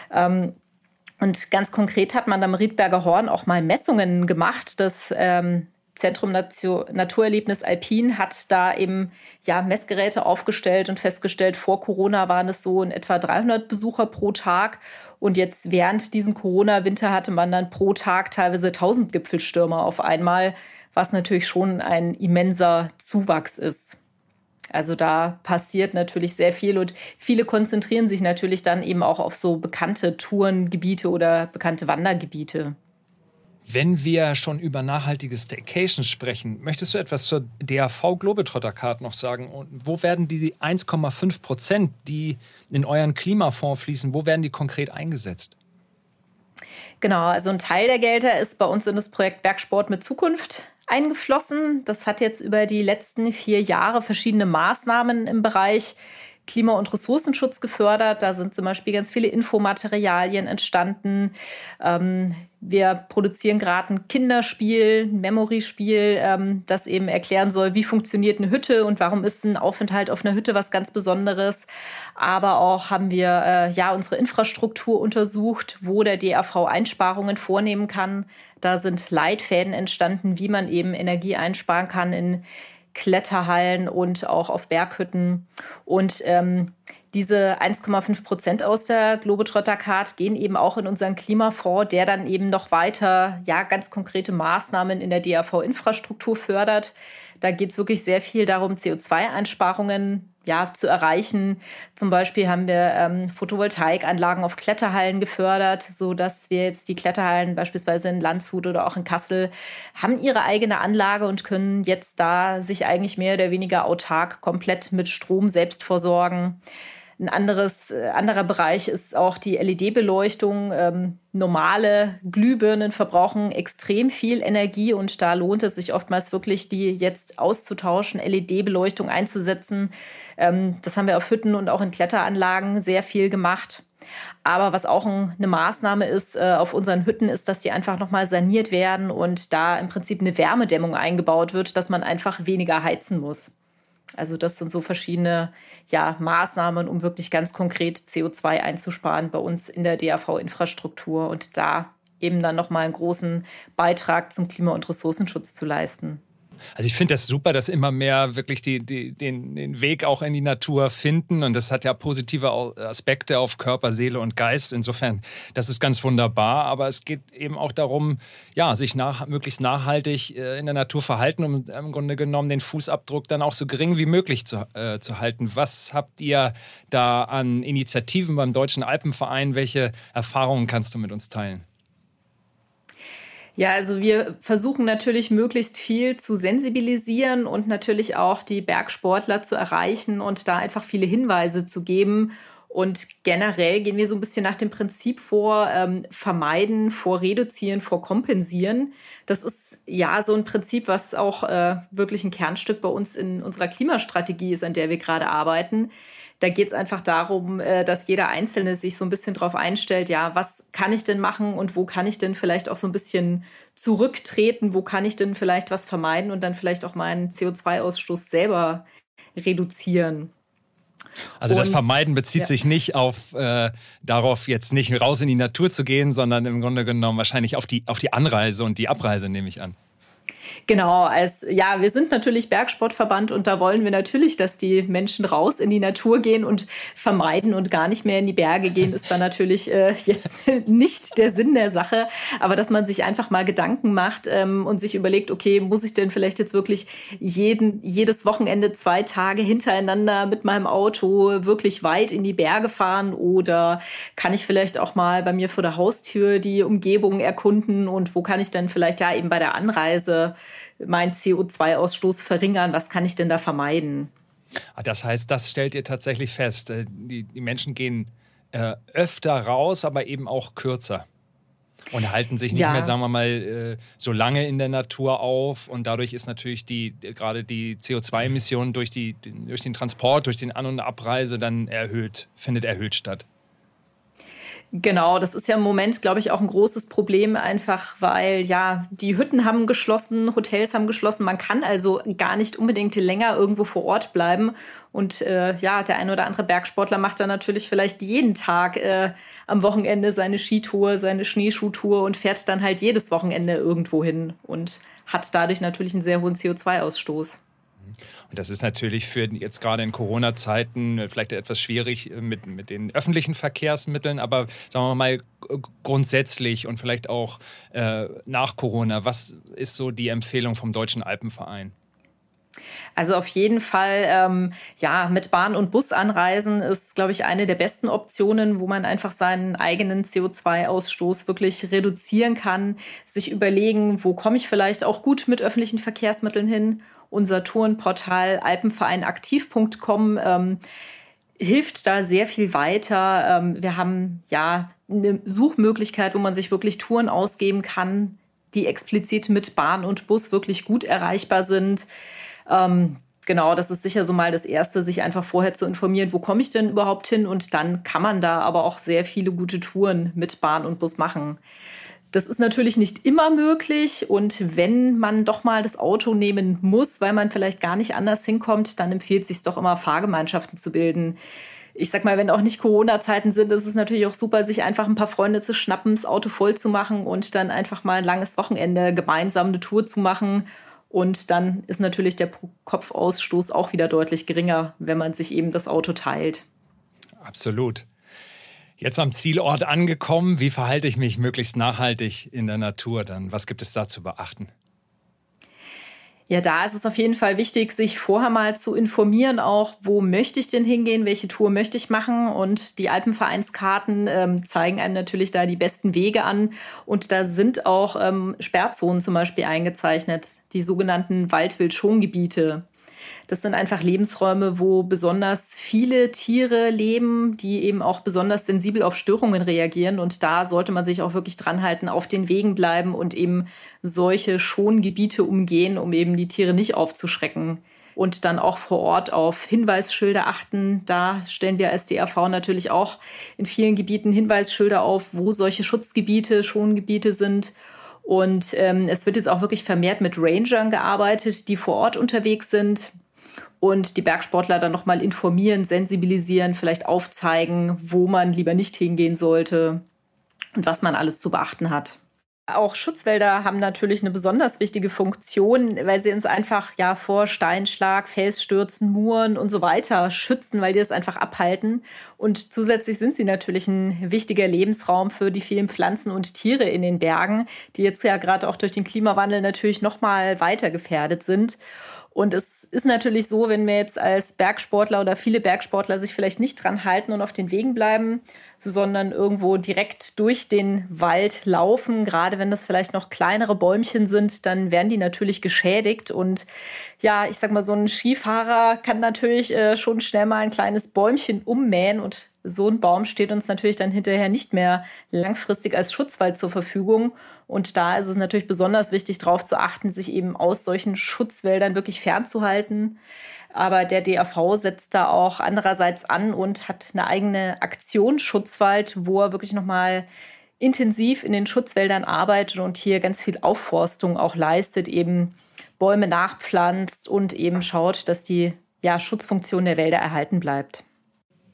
Und ganz konkret hat man am Riedberger Horn auch mal Messungen gemacht. Das Zentrum Naturerlebnis Alpin hat da eben Messgeräte aufgestellt und festgestellt, vor Corona waren es so in etwa 300 Besucher pro Tag. Und jetzt während diesem Corona-Winter hatte man dann pro Tag teilweise 1000 Gipfelstürmer auf einmal, was natürlich schon ein immenser Zuwachs ist. Also da passiert natürlich sehr viel und viele konzentrieren sich natürlich dann eben auch auf so bekannte Tourengebiete oder bekannte Wandergebiete. Wenn wir schon über nachhaltige Staycations sprechen, möchtest du etwas zur DAV Globetrotter Card noch sagen? Und wo werden die 1,5%, die in euren Klimafonds fließen, wo werden die konkret eingesetzt? Genau, also ein Teil der Gelder ist bei uns in das Projekt Bergsport mit Zukunft eingeflossen. Das hat jetzt über die letzten 4 Jahre verschiedene Maßnahmen im Bereich Klima- und Ressourcenschutz gefördert. Da sind zum Beispiel ganz viele Infomaterialien entstanden. Wir produzieren gerade ein Kinderspiel, ein Memory-Spiel, das eben erklären soll, wie funktioniert eine Hütte und warum ist ein Aufenthalt auf einer Hütte was ganz Besonderes. Aber auch haben wir unsere Infrastruktur untersucht, wo der DAV Einsparungen vornehmen kann. Da sind Leitfäden entstanden, wie man eben Energie einsparen kann in Kletterhallen und auch auf Berghütten. Und diese 1,5% aus der Globetrotter Card gehen eben auch in unseren Klimafonds, der dann eben noch weiter ganz konkrete Maßnahmen in der DAV-Infrastruktur fördert. Da geht es wirklich sehr viel darum, CO2-Einsparungen zu erreichen. Zum Beispiel haben wir Photovoltaikanlagen auf Kletterhallen gefördert, sodass wir jetzt die Kletterhallen beispielsweise in Landshut oder auch in Kassel haben ihre eigene Anlage und können jetzt da sich eigentlich mehr oder weniger autark komplett mit Strom selbst versorgen. Ein anderer Bereich ist auch die LED-Beleuchtung. Normale Glühbirnen verbrauchen extrem viel Energie und da lohnt es sich oftmals wirklich, die jetzt auszutauschen, LED-Beleuchtung einzusetzen. Das haben wir auf Hütten und auch in Kletteranlagen sehr viel gemacht. Aber was auch eine Maßnahme ist auf unseren Hütten, ist, dass die einfach nochmal saniert werden und da im Prinzip eine Wärmedämmung eingebaut wird, dass man einfach weniger heizen muss. Also das sind so verschiedene Maßnahmen, um wirklich ganz konkret CO2 einzusparen bei uns in der DAV-Infrastruktur und da eben dann nochmal einen großen Beitrag zum Klima- und Ressourcenschutz zu leisten. Also ich finde das super, dass immer mehr wirklich den Weg auch in die Natur finden und das hat ja positive Aspekte auf Körper, Seele und Geist. Insofern, das ist ganz wunderbar, aber es geht eben auch darum, sich möglichst nachhaltig in der Natur verhalten, um im Grunde genommen den Fußabdruck dann auch so gering wie möglich zu halten. Was habt ihr da an Initiativen beim Deutschen Alpenverein? Welche Erfahrungen kannst du mit uns teilen? Ja, also wir versuchen natürlich möglichst viel zu sensibilisieren und natürlich auch die Bergsportler zu erreichen und da einfach viele Hinweise zu geben. Und generell gehen wir so ein bisschen nach dem Prinzip vor, vermeiden, vor reduzieren, vor kompensieren. Das ist so ein Prinzip, was auch wirklich ein Kernstück bei uns in unserer Klimastrategie ist, an der wir gerade arbeiten. Da geht es einfach darum, dass jeder Einzelne sich so ein bisschen drauf einstellt, was kann ich denn machen und wo kann ich denn vielleicht auch so ein bisschen zurücktreten, wo kann ich denn vielleicht was vermeiden und dann vielleicht auch meinen CO2-Ausstoß selber reduzieren. Also das Vermeiden bezieht sich nicht darauf, jetzt nicht raus in die Natur zu gehen, sondern im Grunde genommen wahrscheinlich auf die Anreise und die Abreise, nehme ich an. Genau, wir sind natürlich Bergsportverband und da wollen wir natürlich, dass die Menschen raus in die Natur gehen und vermeiden und gar nicht mehr in die Berge gehen, ist dann natürlich jetzt nicht der Sinn der Sache. Aber dass man sich einfach mal Gedanken macht und sich überlegt, okay, muss ich denn vielleicht jetzt wirklich jedes Wochenende 2 Tage hintereinander mit meinem Auto wirklich weit in die Berge fahren oder kann ich vielleicht auch mal bei mir vor der Haustür die Umgebung erkunden und wo kann ich dann vielleicht eben bei der Anreise meinen CO2-Ausstoß verringern? Was kann ich denn da vermeiden? Das heißt, das stellt ihr tatsächlich fest. Die Menschen gehen öfter raus, aber eben auch kürzer. Und halten sich nicht mehr, sagen wir mal, so lange in der Natur auf. Und dadurch ist natürlich gerade die CO2-Emission durch den Transport, durch den An- und Abreise dann findet erhöht statt. Genau, das ist ja im Moment, glaube ich, auch ein großes Problem, einfach weil die Hütten haben geschlossen, Hotels haben geschlossen. Man kann also gar nicht unbedingt länger irgendwo vor Ort bleiben. Und der ein oder andere Bergsportler macht dann natürlich vielleicht jeden Tag am Wochenende seine Skitour, seine Schneeschuhtour und fährt dann halt jedes Wochenende irgendwo hin und hat dadurch natürlich einen sehr hohen CO2-Ausstoß. Und das ist natürlich für jetzt gerade in Corona-Zeiten vielleicht etwas schwierig mit den öffentlichen Verkehrsmitteln, aber sagen wir mal grundsätzlich und vielleicht auch nach Corona, was ist so die Empfehlung vom Deutschen Alpenverein? Also auf jeden Fall, mit Bahn und Bus anreisen ist, glaube ich, eine der besten Optionen, wo man einfach seinen eigenen CO2-Ausstoß wirklich reduzieren kann, sich überlegen, wo komme ich vielleicht auch gut mit öffentlichen Verkehrsmitteln hin. Unser Tourenportal alpenvereinaktiv.com hilft da sehr viel weiter. Wir haben eine Suchmöglichkeit, wo man sich wirklich Touren ausgeben kann, die explizit mit Bahn und Bus wirklich gut erreichbar sind. Genau, das ist sicher so mal das Erste, sich einfach vorher zu informieren, wo komme ich denn überhaupt hin? Und dann kann man da aber auch sehr viele gute Touren mit Bahn und Bus machen. Das ist natürlich nicht immer möglich und wenn man doch mal das Auto nehmen muss, weil man vielleicht gar nicht anders hinkommt, dann empfiehlt es sich doch immer, Fahrgemeinschaften zu bilden. Ich sag mal, wenn auch nicht Corona-Zeiten sind, ist es natürlich auch super, sich einfach ein paar Freunde zu schnappen, das Auto voll zu machen und dann einfach mal ein langes Wochenende gemeinsam eine Tour zu machen. Und dann ist natürlich der Pro-Kopf-Ausstoß auch wieder deutlich geringer, wenn man sich eben das Auto teilt. Absolut. Jetzt am Zielort angekommen, wie verhalte ich mich möglichst nachhaltig in der Natur dann? Was gibt es da zu beachten? Ja, da ist es auf jeden Fall wichtig, sich vorher mal zu informieren, auch wo möchte ich denn hingehen, welche Tour möchte ich machen. Und die Alpenvereinskarten zeigen einem natürlich da die besten Wege an. Und da sind auch Sperrzonen zum Beispiel eingezeichnet, die sogenannten Waldwildschongebiete. Das sind einfach Lebensräume, wo besonders viele Tiere leben, die eben auch besonders sensibel auf Störungen reagieren. Und da sollte man sich auch wirklich dran halten, auf den Wegen bleiben und eben solche Schongebiete umgehen, um eben die Tiere nicht aufzuschrecken. Und dann auch vor Ort auf Hinweisschilder achten. Da stellen wir als DRV natürlich auch in vielen Gebieten Hinweisschilder auf, wo solche Schutzgebiete, Schongebiete sind. Und es wird jetzt auch wirklich vermehrt mit Rangern gearbeitet, die vor Ort unterwegs sind und die Bergsportler dann nochmal informieren, sensibilisieren, vielleicht aufzeigen, wo man lieber nicht hingehen sollte und was man alles zu beachten hat. Auch Schutzwälder haben natürlich eine besonders wichtige Funktion, weil sie uns einfach vor Steinschlag, Felsstürzen, Muren und so weiter schützen, weil die das einfach abhalten. Und zusätzlich sind sie natürlich ein wichtiger Lebensraum für die vielen Pflanzen und Tiere in den Bergen, die jetzt ja gerade auch durch den Klimawandel natürlich noch mal weiter gefährdet sind. Und es ist natürlich so, wenn wir jetzt als Bergsportler oder viele Bergsportler sich vielleicht nicht dran halten und auf den Wegen bleiben, sondern irgendwo direkt durch den Wald laufen, gerade wenn das vielleicht noch kleinere Bäumchen sind, dann werden die natürlich geschädigt. Und ich sag mal, so ein Skifahrer kann natürlich schon schnell mal ein kleines Bäumchen ummähen und so ein Baum steht uns natürlich dann hinterher nicht mehr langfristig als Schutzwald zur Verfügung. Und da ist es natürlich besonders wichtig, darauf zu achten, sich eben aus solchen Schutzwäldern wirklich fernzuhalten. Aber der DAV setzt da auch andererseits an und hat eine eigene Aktion Schutzwald, wo er wirklich nochmal intensiv in den Schutzwäldern arbeitet und hier ganz viel Aufforstung auch leistet, eben Bäume nachpflanzt und eben schaut, dass die Schutzfunktion der Wälder erhalten bleibt.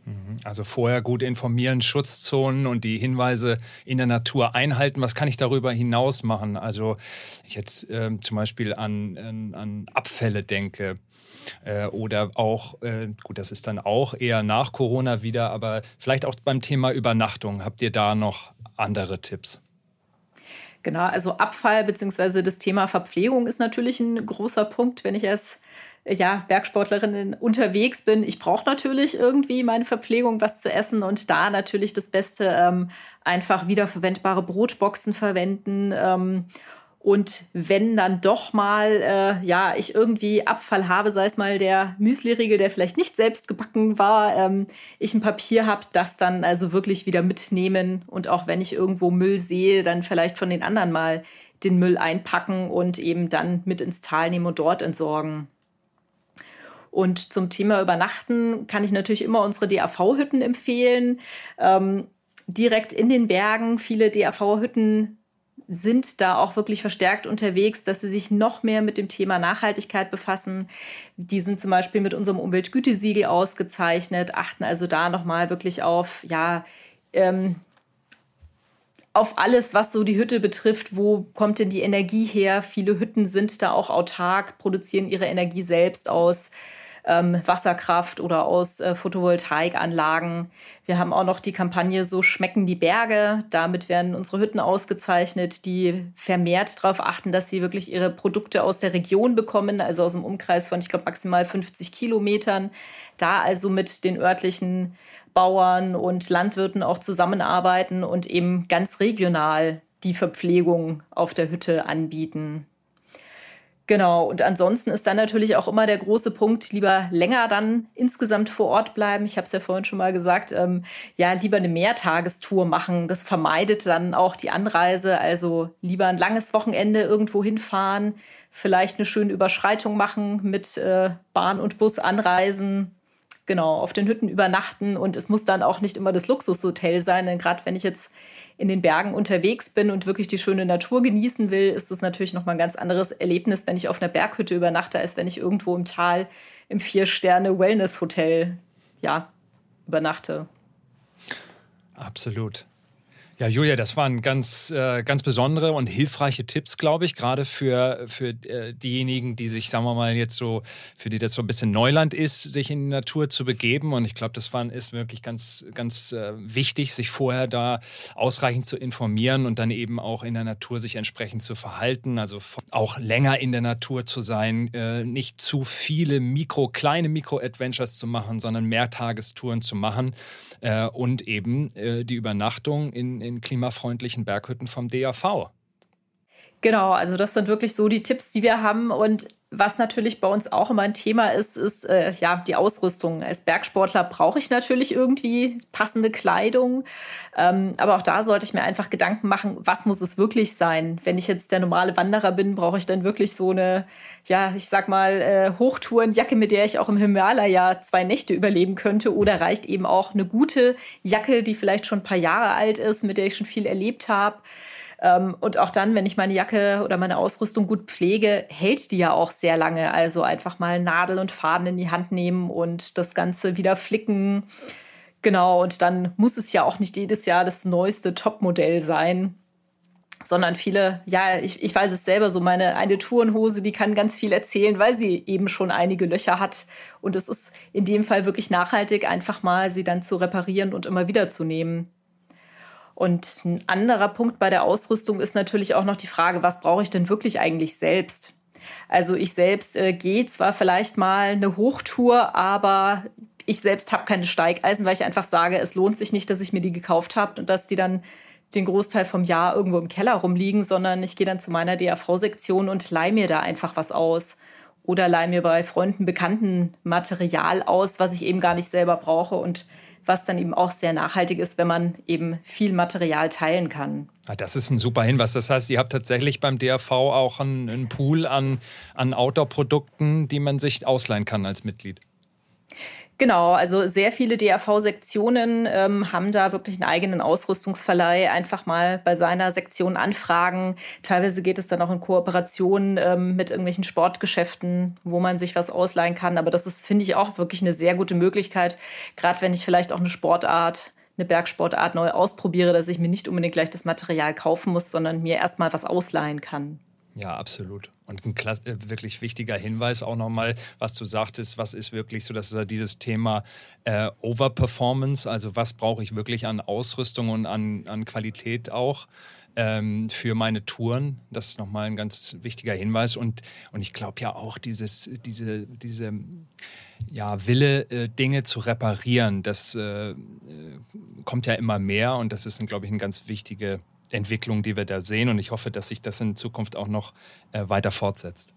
Also vorher gut informieren, Schutzzonen und die Hinweise in der Natur einhalten. Was kann ich darüber hinaus machen? Also ich jetzt zum Beispiel an Abfälle denke oder auch, gut, das ist dann auch eher nach Corona wieder, aber vielleicht auch beim Thema Übernachtung. Habt ihr da noch andere Tipps? Genau, also Abfall bzw. das Thema Verpflegung ist natürlich ein großer Punkt, wenn ich als Bergsportlerin unterwegs bin. Ich brauche natürlich irgendwie meine Verpflegung, was zu essen und da natürlich das Beste, einfach wiederverwendbare Brotboxen verwenden. Und wenn dann doch mal ich irgendwie Abfall habe, sei es mal der Müsliriegel, der vielleicht nicht selbst gebacken war, ich ein Papier habe, das dann also wirklich wieder mitnehmen und auch wenn ich irgendwo Müll sehe, dann vielleicht von den anderen mal den Müll einpacken und eben dann mit ins Tal nehmen und dort entsorgen. Und zum Thema Übernachten kann ich natürlich immer unsere DAV-Hütten empfehlen. Direkt in den Bergen, viele DAV-Hütten sind da auch wirklich verstärkt unterwegs, dass sie sich noch mehr mit dem Thema Nachhaltigkeit befassen. Die sind zum Beispiel mit unserem Umweltgütesiegel ausgezeichnet, achten also da nochmal wirklich auf alles, was so die Hütte betrifft. Wo kommt denn die Energie her? Viele Hütten sind da auch autark, produzieren ihre Energie selbst aus Wasserkraft oder aus Photovoltaikanlagen. Wir haben auch noch die Kampagne So schmecken die Berge. Damit werden unsere Hütten ausgezeichnet, die vermehrt darauf achten, dass sie wirklich ihre Produkte aus der Region bekommen, also aus dem Umkreis von, ich glaube, maximal 50 Kilometern. Da also mit den örtlichen Bauern und Landwirten auch zusammenarbeiten und eben ganz regional die Verpflegung auf der Hütte anbieten. Genau, und ansonsten ist dann natürlich auch immer der große Punkt, lieber länger dann insgesamt vor Ort bleiben. Ich habe es ja vorhin schon mal gesagt, lieber eine Mehrtagestour machen. Das vermeidet dann auch die Anreise, also lieber ein langes Wochenende irgendwo hinfahren, vielleicht eine schöne Überschreitung machen mit Bahn und Bus anreisen. Genau, auf den Hütten übernachten und es muss dann auch nicht immer das Luxushotel sein, denn gerade wenn ich jetzt in den Bergen unterwegs bin und wirklich die schöne Natur genießen will, ist es natürlich nochmal ein ganz anderes Erlebnis, wenn ich auf einer Berghütte übernachte, als wenn ich irgendwo im Tal im 4-Sterne-Wellness-Hotel übernachte. Absolut. Ja, Julia, das waren ganz besondere und hilfreiche Tipps, glaube ich, gerade für diejenigen, die sich, sagen wir mal, jetzt so, für die das so ein bisschen Neuland ist, sich in die Natur zu begeben. Und ich glaube, ist wirklich ganz wichtig, sich vorher da ausreichend zu informieren und dann eben auch in der Natur sich entsprechend zu verhalten. Also auch länger in der Natur zu sein, nicht zu viele kleine Mikro-Adventures zu machen, sondern Mehrtagestouren zu machen und eben die Übernachtung in klimafreundlichen Berghütten vom DAV. Genau, also das sind wirklich so die Tipps, die wir haben. Und was natürlich bei uns auch immer ein Thema ist die Ausrüstung. Als Bergsportler brauche ich natürlich irgendwie passende Kleidung. Aber auch da sollte ich mir einfach Gedanken machen, was muss es wirklich sein? Wenn ich jetzt der normale Wanderer bin, brauche ich dann wirklich so eine, Hochtourenjacke, mit der ich auch im Himalaya 2 Nächte überleben könnte? Oder reicht eben auch eine gute Jacke, die vielleicht schon ein paar Jahre alt ist, mit der ich schon viel erlebt habe? Und auch dann, wenn ich meine Jacke oder meine Ausrüstung gut pflege, hält die ja auch sehr lange. Also einfach mal Nadel und Faden in die Hand nehmen und das Ganze wieder flicken. Genau, und dann muss es ja auch nicht jedes Jahr das neueste Topmodell sein, sondern viele, ich weiß es selber, so eine Tourenhose, die kann ganz viel erzählen, weil sie eben schon einige Löcher hat. Und es ist in dem Fall wirklich nachhaltig, einfach mal sie dann zu reparieren und immer wieder zu nehmen. Und ein anderer Punkt bei der Ausrüstung ist natürlich auch noch die Frage, was brauche ich denn wirklich eigentlich selbst? Also ich selbst gehe zwar vielleicht mal eine Hochtour, aber ich selbst habe keine Steigeisen, weil ich einfach sage, es lohnt sich nicht, dass ich mir die gekauft habe und dass die dann den Großteil vom Jahr irgendwo im Keller rumliegen, sondern ich gehe dann zu meiner DAV-Sektion und leihe mir da einfach was aus. Oder leihe mir bei Freunden, Bekannten Material aus, was ich eben gar nicht selber brauche und was dann eben auch sehr nachhaltig ist, wenn man eben viel Material teilen kann. Ja, das ist ein super Hinweis. Das heißt, ihr habt tatsächlich beim DAV auch einen Pool an Outdoor-Produkten, die man sich ausleihen kann als Mitglied. Genau, also sehr viele DAV-Sektionen haben da wirklich einen eigenen Ausrüstungsverleih, einfach mal bei seiner Sektion anfragen. Teilweise geht es dann auch in Kooperation mit irgendwelchen Sportgeschäften, wo man sich was ausleihen kann. Aber das ist, finde ich, auch wirklich eine sehr gute Möglichkeit, gerade wenn ich vielleicht auch eine Bergsportart neu ausprobiere, dass ich mir nicht unbedingt gleich das Material kaufen muss, sondern mir erstmal was ausleihen kann. Ja, absolut. Und ein wirklich wichtiger Hinweis auch nochmal, was du sagtest, was ist wirklich so, das ist ja dieses Thema Overperformance, also was brauche ich wirklich an Ausrüstung und an Qualität auch für meine Touren. Das ist nochmal ein ganz wichtiger Hinweis. Und ich glaube ja auch, diese Wille, Dinge zu reparieren, das kommt ja immer mehr und das ist, glaube ich, eine ganz wichtige Entwicklung, die wir da sehen. Und ich hoffe, dass sich das in Zukunft auch noch weiter fortsetzt.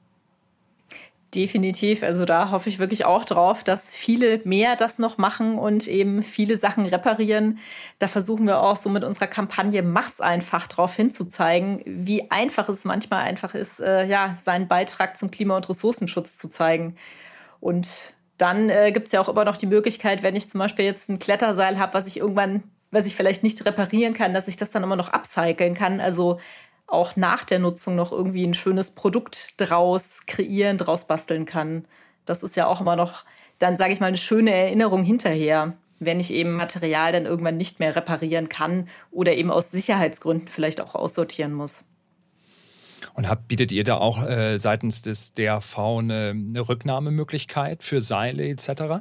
Definitiv. Also da hoffe ich wirklich auch drauf, dass viele mehr das noch machen und eben viele Sachen reparieren. Da versuchen wir auch so mit unserer Kampagne Mach's einfach drauf hinzuzeigen, wie einfach es manchmal einfach ist, seinen Beitrag zum Klima- und Ressourcenschutz zu zeigen. Und dann gibt es ja auch immer noch die Möglichkeit, wenn ich zum Beispiel jetzt ein Kletterseil habe, was ich vielleicht nicht reparieren kann, dass ich das dann immer noch upcyclen kann. Also auch nach der Nutzung noch irgendwie ein schönes Produkt draus kreieren, draus basteln kann. Das ist ja auch immer noch, dann sage ich mal, eine schöne Erinnerung hinterher, wenn ich eben Material dann irgendwann nicht mehr reparieren kann oder eben aus Sicherheitsgründen vielleicht auch aussortieren muss. Und bietet ihr da auch seitens des DAV eine Rücknahmemöglichkeit für Seile etc.?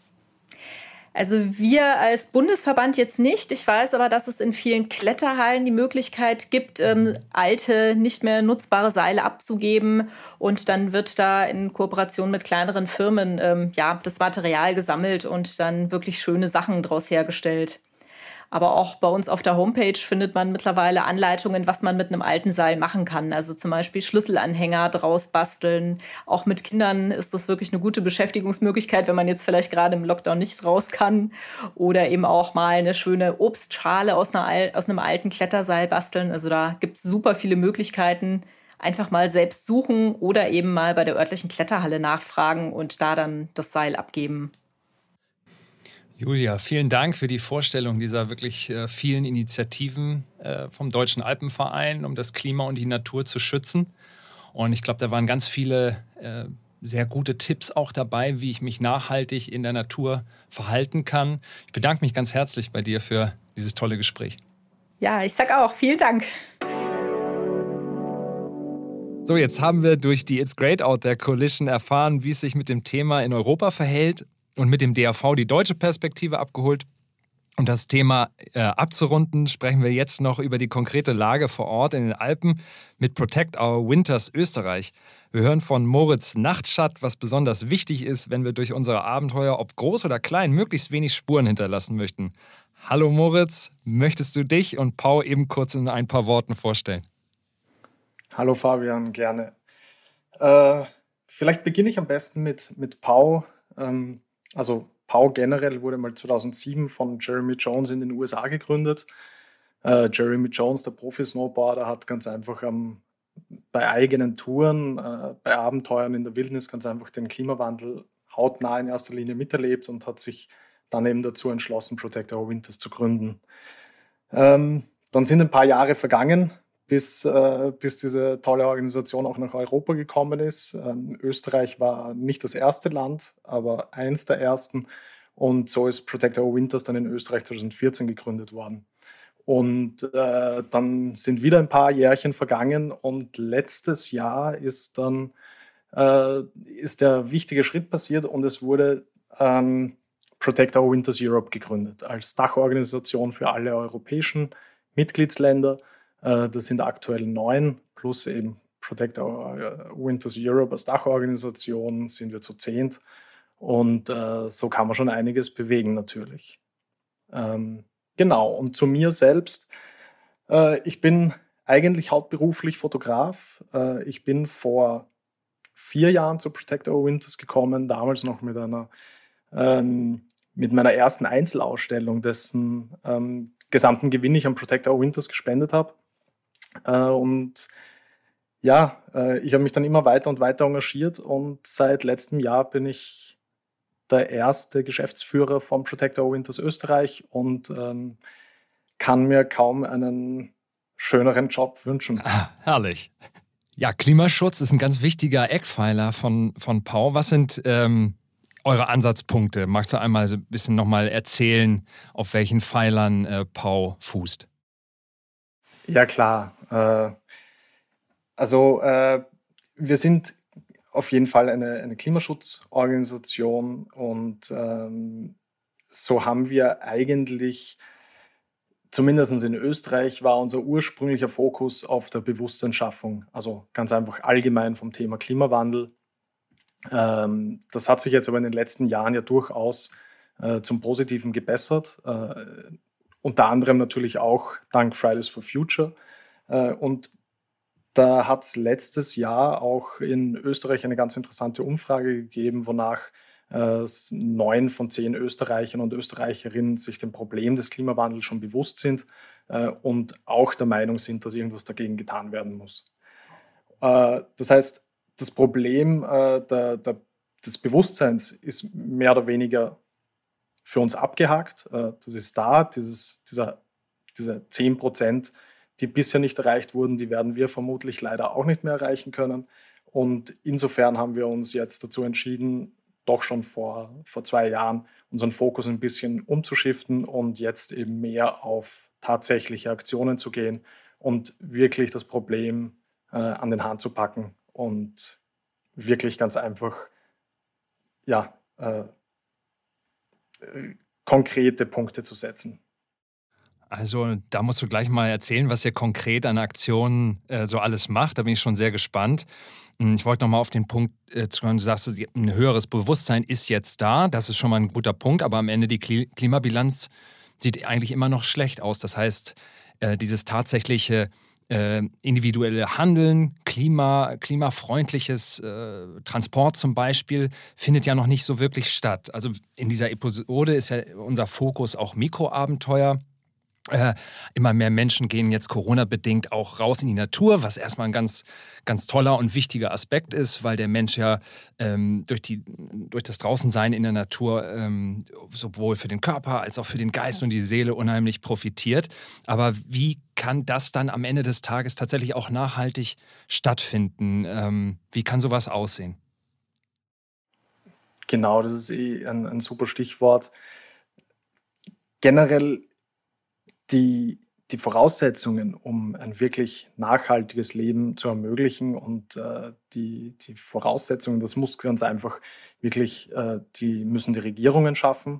Also wir als Bundesverband jetzt nicht. Ich weiß aber, dass es in vielen Kletterhallen die Möglichkeit gibt, alte, nicht mehr nutzbare Seile abzugeben. Und dann wird da in Kooperation mit kleineren Firmen das Material gesammelt und dann wirklich schöne Sachen daraus hergestellt. Aber auch bei uns auf der Homepage findet man mittlerweile Anleitungen, was man mit einem alten Seil machen kann. Also zum Beispiel Schlüsselanhänger draus basteln. Auch mit Kindern ist das wirklich eine gute Beschäftigungsmöglichkeit, wenn man jetzt vielleicht gerade im Lockdown nicht raus kann. Oder eben auch mal eine schöne Obstschale aus einem alten Kletterseil basteln. Also da gibt es super viele Möglichkeiten. Einfach mal selbst suchen oder eben mal bei der örtlichen Kletterhalle nachfragen und da dann das Seil abgeben. Julia, vielen Dank für die Vorstellung dieser wirklich vielen Initiativen vom Deutschen Alpenverein, um das Klima und die Natur zu schützen. Und ich glaube, da waren ganz viele sehr gute Tipps auch dabei, wie ich mich nachhaltig in der Natur verhalten kann. Ich bedanke mich ganz herzlich bei dir für dieses tolle Gespräch. Ja, ich sag auch vielen Dank. So, jetzt haben wir durch die It's Great Out There Coalition erfahren, wie es sich mit dem Thema in Europa verhält. Und mit dem DAV die deutsche Perspektive abgeholt. Um das Thema abzurunden, sprechen wir jetzt noch über die konkrete Lage vor Ort in den Alpen mit Protect Our Winters Österreich. Wir hören von Moritz Nachtschatt, was besonders wichtig ist, wenn wir durch unsere Abenteuer, ob groß oder klein, möglichst wenig Spuren hinterlassen möchten. Hallo Moritz, möchtest du dich und Pau eben kurz in ein paar Worten vorstellen? Hallo Fabian, gerne. Vielleicht beginne ich am besten mit Pau. Also Pau generell wurde mal 2007 von Jeremy Jones in den USA gegründet. Jeremy Jones, der Profi-Snowboarder, hat ganz einfach bei eigenen Touren, bei Abenteuern in der Wildnis ganz einfach den Klimawandel hautnah in erster Linie miterlebt und hat sich dann eben dazu entschlossen, Protect Our Winters zu gründen. Dann sind ein paar Jahre vergangen, bis diese tolle Organisation auch nach Europa gekommen ist. Österreich war nicht das erste Land, aber eins der ersten. Und so ist Protect Our Winters dann in Österreich 2014 gegründet worden. Und dann sind wieder ein paar Jährchen vergangen und letztes Jahr ist der wichtige Schritt passiert und es wurde Protect Our Winters Europe gegründet als Dachorganisation für alle europäischen Mitgliedsländer. Das sind aktuell 9, plus eben Protect Our Winters Europe als Dachorganisation sind wir zu 10. Und so kann man schon einiges bewegen natürlich. Genau, und zu mir selbst. Ich bin eigentlich hauptberuflich Fotograf. Ich bin vor 4 Jahren zu Protect Our Winters gekommen, damals noch mit meiner ersten Einzelausstellung, dessen gesamten Gewinn ich an Protect Our Winters gespendet habe. Und ja, ich habe mich dann immer weiter und weiter engagiert und seit letztem Jahr bin ich der erste Geschäftsführer von Protect Our Winters Österreich und kann mir kaum einen schöneren Job wünschen. Herrlich. Ja, Klimaschutz ist ein ganz wichtiger Eckpfeiler von Pau. Was sind eure Ansatzpunkte? Magst du einmal so ein bisschen nochmal erzählen, auf welchen Pfeilern Pau fußt? Ja, klar. Wir sind auf jeden Fall eine Klimaschutzorganisation und so haben wir eigentlich, zumindest in Österreich, war unser ursprünglicher Fokus auf der Bewusstseinsschaffung, also ganz einfach allgemein vom Thema Klimawandel. Das hat sich jetzt aber in den letzten Jahren ja durchaus zum Positiven gebessert, unter anderem natürlich auch dank Fridays for Future. Und da hat es letztes Jahr auch in Österreich eine ganz interessante Umfrage gegeben, wonach 9 von 10 Österreichern und Österreicherinnen sich dem Problem des Klimawandels schon bewusst sind und auch der Meinung sind, dass irgendwas dagegen getan werden muss. Das heißt, das Problem des Bewusstseins ist mehr oder weniger für uns abgehakt. Das ist da, diese 10%, die bisher nicht erreicht wurden, die werden wir vermutlich leider auch nicht mehr erreichen können. Und insofern haben wir uns jetzt dazu entschieden, doch schon vor 2 Jahren unseren Fokus ein bisschen umzuschiften und jetzt eben mehr auf tatsächliche Aktionen zu gehen und wirklich das Problem an den Haaren zu packen und wirklich ganz einfach konkrete Punkte zu setzen. Also da musst du gleich mal erzählen, was ihr konkret an Aktionen so alles macht. Da bin ich schon sehr gespannt. Ich wollte noch mal auf den Punkt zurückkommen. Du sagst, ein höheres Bewusstsein ist jetzt da. Das ist schon mal ein guter Punkt. Aber am Ende die Klimabilanz sieht eigentlich immer noch schlecht aus. Das heißt, dieses tatsächliche individuelle Handeln, klimafreundliches Transport zum Beispiel, findet ja noch nicht so wirklich statt. Also in dieser Episode ist ja unser Fokus auch Mikroabenteuer. Immer mehr Menschen gehen jetzt Corona-bedingt auch raus in die Natur, was erstmal ein ganz, ganz toller und wichtiger Aspekt ist, weil der Mensch ja durch das Draußensein in der Natur sowohl für den Körper als auch für den Geist und die Seele unheimlich profitiert. Aber wie kann das dann am Ende des Tages tatsächlich auch nachhaltig stattfinden? Wie kann sowas aussehen? Genau, das ist ein super Stichwort. Generell die Voraussetzungen, um ein wirklich nachhaltiges Leben zu ermöglichen und die Voraussetzungen, das muss ganz einfach wirklich, die müssen die Regierungen schaffen.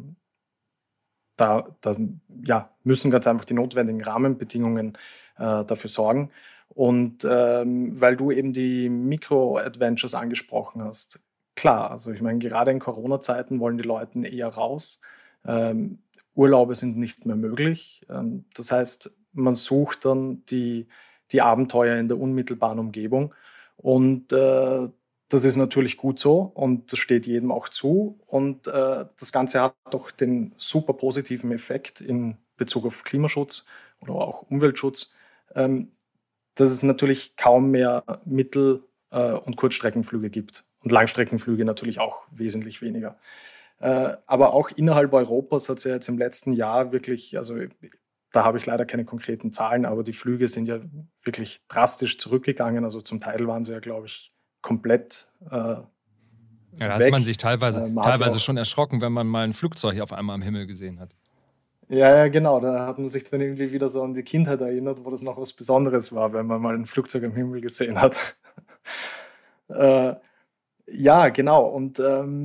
Da müssen ganz einfach die notwendigen Rahmenbedingungen dafür sorgen. Und weil du eben die Mikro-Adventures angesprochen hast, klar, also ich meine, gerade in Corona-Zeiten wollen die Leute eher raus. Urlaube sind nicht mehr möglich. Das heißt, man sucht dann die Abenteuer in der unmittelbaren Umgebung. Und das ist natürlich gut so und das steht jedem auch zu. Und das Ganze hat doch den super positiven Effekt in Bezug auf Klimaschutz oder auch Umweltschutz, dass es natürlich kaum mehr Mittel- und Kurzstreckenflüge gibt. Und Langstreckenflüge natürlich auch wesentlich weniger. Aber auch innerhalb Europas hat es ja jetzt im letzten Jahr wirklich, also da habe ich leider keine konkreten Zahlen, aber die Flüge sind ja wirklich drastisch zurückgegangen. Also zum Teil waren sie ja, glaube ich, komplett da hat weg. man sich teilweise schon erschrocken, wenn man mal ein Flugzeug auf einmal am Himmel gesehen hat. Ja, genau. Da hat man sich dann irgendwie wieder so an die Kindheit erinnert, wo das noch was Besonderes war, wenn man mal ein Flugzeug am Himmel gesehen hat. Ja, genau. Und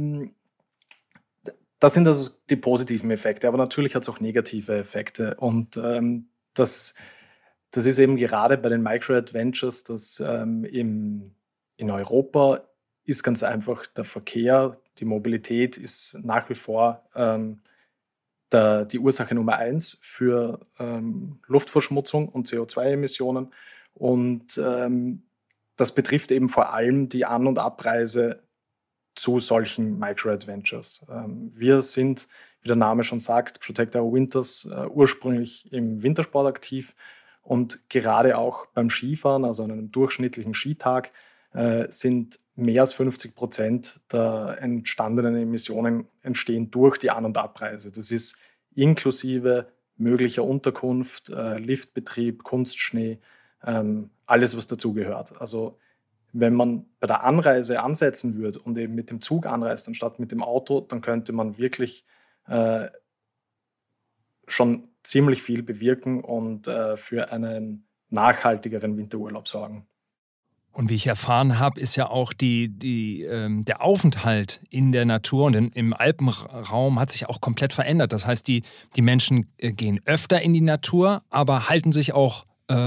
das sind also die positiven Effekte, aber natürlich hat es auch negative Effekte. Und das ist eben gerade bei den Micro-Adventures, dass in Europa ist ganz einfach der Verkehr, die Mobilität ist nach wie vor die Ursache Nummer 1 für Luftverschmutzung und CO2-Emissionen. Und das betrifft eben vor allem die An- und Abreise zu solchen Micro-Adventures. Wir sind, wie der Name schon sagt, Protect Our Winters, ursprünglich im Wintersport aktiv und gerade auch beim Skifahren, also an einem durchschnittlichen Skitag, sind mehr als 50% der entstandenen Emissionen entstehen durch die An- und Abreise. Das ist inklusive möglicher Unterkunft, Liftbetrieb, Kunstschnee, alles, was dazugehört. Also wenn man bei der Anreise ansetzen würde und eben mit dem Zug anreist, anstatt mit dem Auto, dann könnte man wirklich schon ziemlich viel bewirken und für einen nachhaltigeren Winterurlaub sorgen. Und wie ich erfahren habe, ist ja auch der Aufenthalt in der Natur und im Alpenraum hat sich auch komplett verändert. Das heißt, die Menschen gehen öfter in die Natur, aber halten sich auch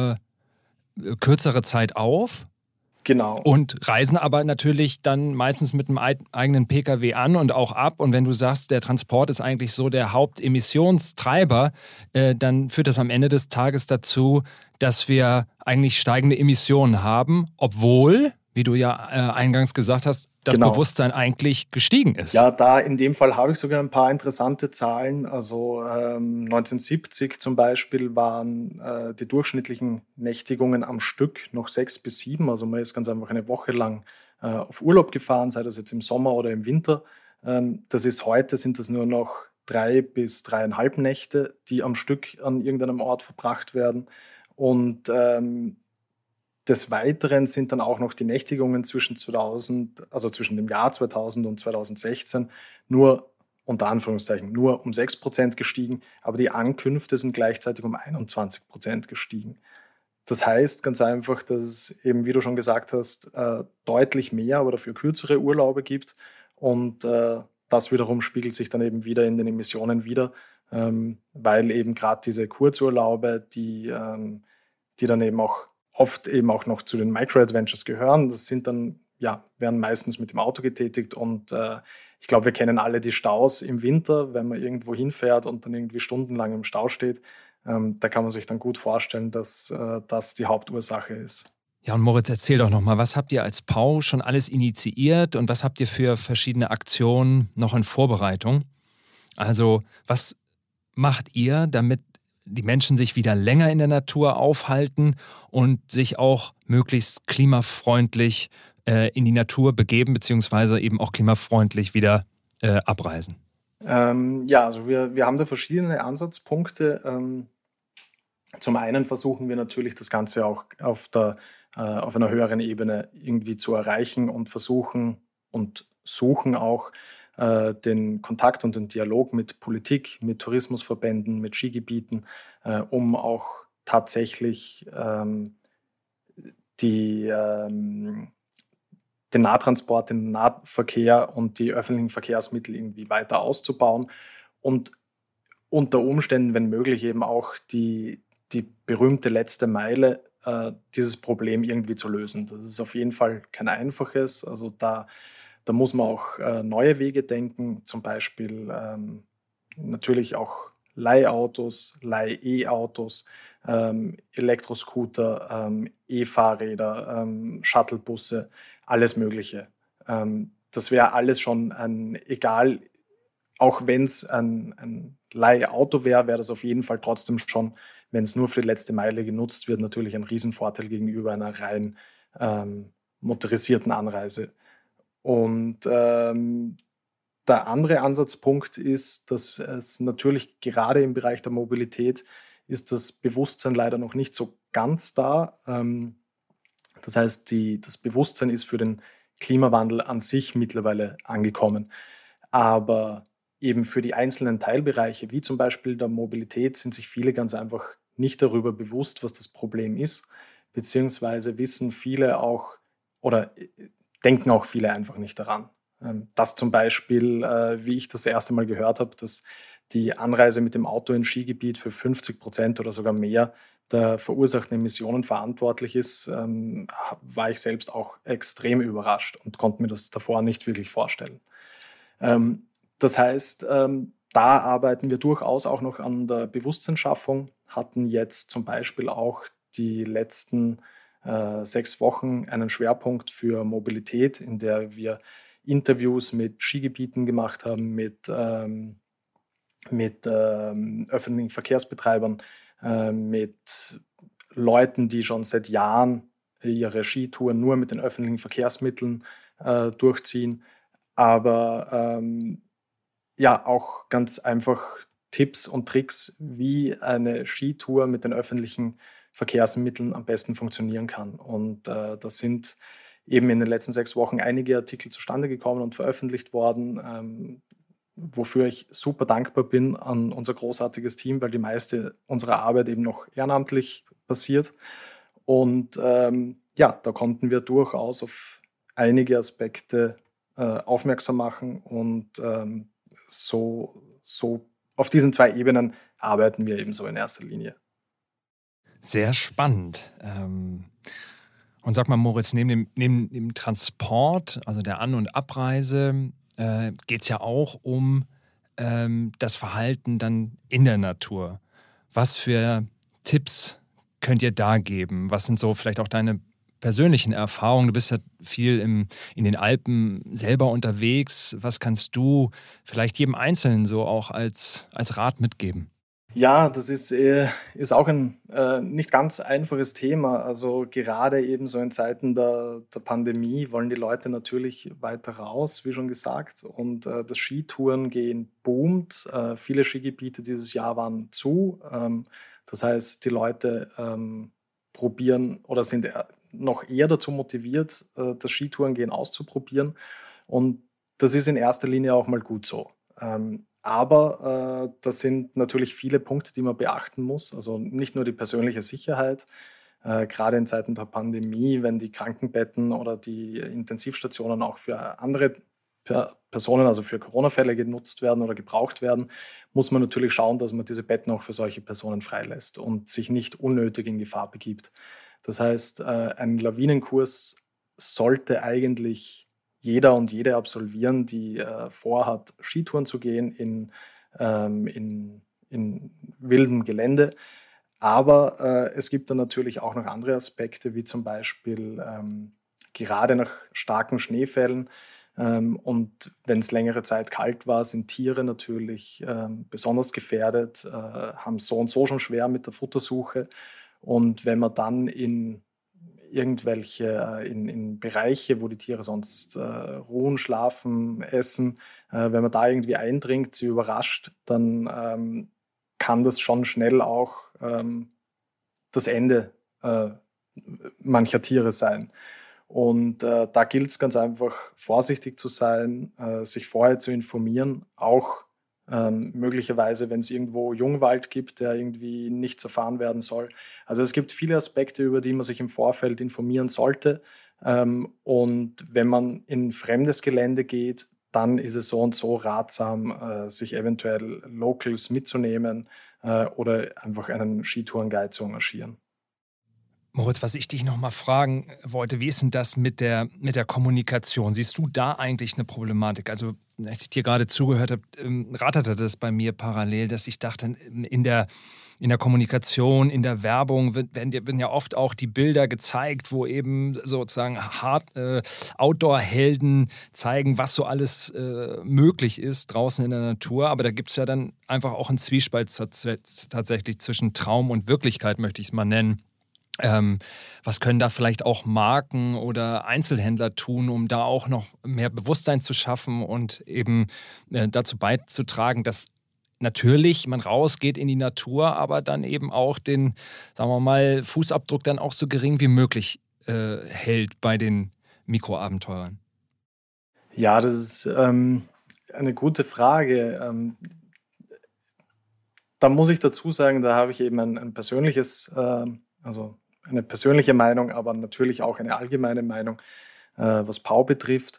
kürzere Zeit auf. Genau. Und reisen aber natürlich dann meistens mit einem eigenen Pkw an und auch ab. Und wenn du sagst, der Transport ist eigentlich so der Hauptemissionstreiber, dann führt das am Ende des Tages dazu, dass wir eigentlich steigende Emissionen haben, obwohl, wie du ja eingangs gesagt hast, das Bewusstsein eigentlich gestiegen ist. Ja, da in dem Fall habe ich sogar ein paar interessante Zahlen. Also 1970 zum Beispiel waren die durchschnittlichen Nächtigungen am Stück noch 6 bis 7. Also man ist ganz einfach eine Woche lang auf Urlaub gefahren, sei das jetzt im Sommer oder im Winter. Das ist heute, sind das nur noch 3 bis 3,5 Nächte, die am Stück an irgendeinem Ort verbracht werden. Und des Weiteren sind dann auch noch die Nächtigungen zwischen dem Jahr 2000 und 2016 nur, unter Anführungszeichen, nur um 6% gestiegen, aber die Ankünfte sind gleichzeitig um 21% gestiegen. Das heißt ganz einfach, dass es eben, wie du schon gesagt hast, deutlich mehr, aber dafür kürzere Urlaube gibt und das wiederum spiegelt sich dann eben wieder in den Emissionen wieder, weil eben gerade diese Kurzurlaube, die dann eben auch oft eben auch noch zu den Micro-Adventures gehören. Das sind dann, werden meistens mit dem Auto getätigt und ich glaube, wir kennen alle die Staus im Winter, wenn man irgendwo hinfährt und dann irgendwie stundenlang im Stau steht. Da kann man sich dann gut vorstellen, dass das die Hauptursache ist. Ja, und Moritz, erzähl doch nochmal, was habt ihr als PAU schon alles initiiert und was habt ihr für verschiedene Aktionen noch in Vorbereitung? Also, was macht ihr, damit die Menschen sich wieder länger in der Natur aufhalten und sich auch möglichst klimafreundlich in die Natur begeben, beziehungsweise eben auch klimafreundlich wieder abreisen? Also wir haben da verschiedene Ansatzpunkte. Zum einen versuchen wir natürlich das Ganze auch auf einer höheren Ebene irgendwie zu erreichen und versuchen und suchen auch den Kontakt und den Dialog mit Politik, mit Tourismusverbänden, mit Skigebieten, um auch tatsächlich den Nahtransport, den Nahverkehr und die öffentlichen Verkehrsmittel irgendwie weiter auszubauen und unter Umständen, wenn möglich, eben auch die berühmte letzte Meile, dieses Problem irgendwie zu lösen. Das ist auf jeden Fall kein einfaches. Also da muss man auch neue Wege denken, zum Beispiel natürlich auch Leihautos, Leih-E-Autos, Elektroscooter, E-Fahrräder, Shuttlebusse, alles Mögliche. Das wäre alles schon egal, auch wenn es ein Leihauto wäre, wäre das auf jeden Fall trotzdem schon, wenn es nur für die letzte Meile genutzt wird, natürlich ein Riesenvorteil gegenüber einer rein motorisierten Anreise. Und der andere Ansatzpunkt ist, dass es natürlich gerade im Bereich der Mobilität ist das Bewusstsein leider noch nicht so ganz da. Das heißt, das Bewusstsein ist für den Klimawandel an sich mittlerweile angekommen. Aber eben für die einzelnen Teilbereiche, wie zum Beispiel der Mobilität, sind sich viele ganz einfach nicht darüber bewusst, was das Problem ist, beziehungsweise wissen viele auch oder denken auch viele einfach nicht daran. Das zum Beispiel, wie ich das erste Mal gehört habe, dass die Anreise mit dem Auto ins Skigebiet für 50% oder sogar mehr der verursachten Emissionen verantwortlich ist, war ich selbst auch extrem überrascht und konnte mir das davor nicht wirklich vorstellen. Das heißt, da arbeiten wir durchaus auch noch an der Bewusstseinsschaffung, hatten jetzt zum Beispiel auch die letzten 6 Wochen einen Schwerpunkt für Mobilität, in der wir Interviews mit Skigebieten gemacht haben, mit öffentlichen Verkehrsbetreibern, mit Leuten, die schon seit Jahren ihre Skitouren nur mit den öffentlichen Verkehrsmitteln durchziehen. Aber ja, auch ganz einfach Tipps und Tricks, wie eine Skitour mit den öffentlichen Verkehrsmitteln am besten funktionieren kann. Und da sind eben in den letzten 6 Wochen einige Artikel zustande gekommen und veröffentlicht worden, wofür ich super dankbar bin an unser großartiges Team, weil die meiste unserer Arbeit eben noch ehrenamtlich passiert. Und ja, da konnten wir durchaus auf einige Aspekte aufmerksam machen und so auf diesen 2 Ebenen arbeiten wir eben so in erster Linie. Sehr spannend. Und sag mal, Moritz, neben dem Transport, also der An- und Abreise, geht es ja auch um das Verhalten dann in der Natur. Was für Tipps könnt ihr da geben? Was sind so vielleicht auch deine persönlichen Erfahrungen? Du bist ja viel in den Alpen selber unterwegs. Was kannst du vielleicht jedem Einzelnen so auch als Rat mitgeben? Ja, das ist auch ein nicht ganz einfaches Thema. Also gerade eben so in Zeiten der Pandemie wollen die Leute natürlich weiter raus, wie schon gesagt. Und das Skitourengehen boomt. Viele Skigebiete dieses Jahr waren zu. Das heißt, die Leute probieren oder sind noch eher dazu motiviert, das Skitourengehen auszuprobieren. Und das ist in erster Linie auch mal gut so. Aber das sind natürlich viele Punkte, die man beachten muss. Also nicht nur die persönliche Sicherheit, gerade in Zeiten der Pandemie, wenn die Krankenbetten oder die Intensivstationen auch für andere Personen, also für Corona-Fälle genutzt werden oder gebraucht werden, muss man natürlich schauen, dass man diese Betten auch für solche Personen freilässt und sich nicht unnötig in Gefahr begibt. Das heißt, ein Lawinenkurs sollte eigentlich jeder und jede absolvieren, die vorhat, Skitouren zu gehen in wildem Gelände. Aber es gibt dann natürlich auch noch andere Aspekte, wie zum Beispiel gerade nach starken Schneefällen und wenn es längere Zeit kalt war, sind Tiere natürlich besonders gefährdet, haben so und so schon schwer mit der Futtersuche. Und wenn man dann in irgendwelche in Bereiche, wo die Tiere sonst ruhen, schlafen, essen, wenn man da irgendwie eindringt, sie überrascht, dann kann das schon schnell auch das Ende mancher Tiere sein. Und da gilt es ganz einfach, vorsichtig zu sein, sich vorher zu informieren, auch möglicherweise, wenn es irgendwo Jungwald gibt, der irgendwie nicht zerfahren werden soll. Also es gibt viele Aspekte, über die man sich im Vorfeld informieren sollte. Und wenn man in fremdes Gelände geht, dann ist es so und so ratsam, sich eventuell Locals mitzunehmen oder einfach einen Skitourenguide zu engagieren. Moritz, was ich dich noch mal fragen wollte, wie ist denn das mit der Kommunikation? Siehst du da eigentlich eine Problematik? Also, als ich dir gerade zugehört habe, ratterte das bei mir parallel, dass ich dachte, in der Kommunikation, in der Werbung werden ja oft auch die Bilder gezeigt, wo eben sozusagen Outdoor-Helden zeigen, was so alles möglich ist draußen in der Natur. Aber da gibt es ja dann einfach auch einen Zwiespalt tatsächlich zwischen Traum und Wirklichkeit, möchte ich es mal nennen. Was können da vielleicht auch Marken oder Einzelhändler tun, um da auch noch mehr Bewusstsein zu schaffen und eben dazu beizutragen, dass natürlich man rausgeht in die Natur, aber dann eben auch den, sagen wir mal, Fußabdruck dann auch so gering wie möglich hält bei den Mikroabenteurern? Ja, das ist eine gute Frage. Da muss ich dazu sagen, da habe ich eben ein persönliches, also eine persönliche Meinung, aber natürlich auch eine allgemeine Meinung, was Pau betrifft.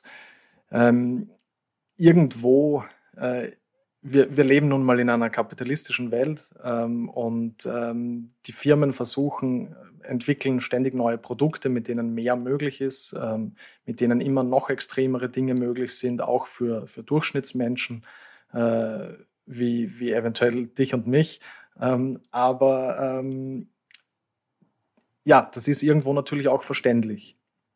Irgendwo, wir leben nun mal in einer kapitalistischen Welt und die Firmen entwickeln ständig neue Produkte, mit denen mehr möglich ist, mit denen immer noch extremere Dinge möglich sind, auch für Durchschnittsmenschen wie eventuell dich und mich. Aber ja, das ist irgendwo natürlich auch verständlich.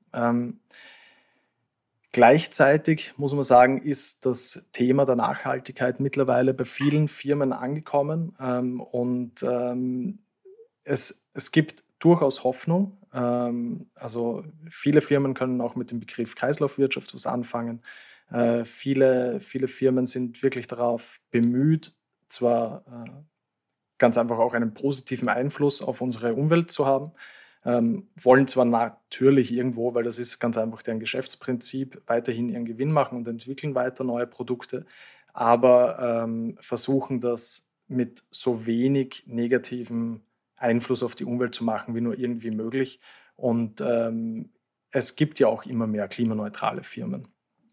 Gleichzeitig muss man sagen, ist das Thema der Nachhaltigkeit mittlerweile bei vielen Firmen angekommen und es gibt durchaus Hoffnung. Also viele Firmen können auch mit dem Begriff Kreislaufwirtschaft was anfangen. Viele Firmen sind wirklich darauf bemüht, zwar ganz einfach auch einen positiven Einfluss auf unsere Umwelt zu haben, wollen zwar natürlich irgendwo, weil das ist ganz einfach deren Geschäftsprinzip, weiterhin ihren Gewinn machen und entwickeln weiter neue Produkte, aber versuchen das mit so wenig negativem Einfluss auf die Umwelt zu machen, wie nur irgendwie möglich. Und es gibt ja auch immer mehr klimaneutrale Firmen.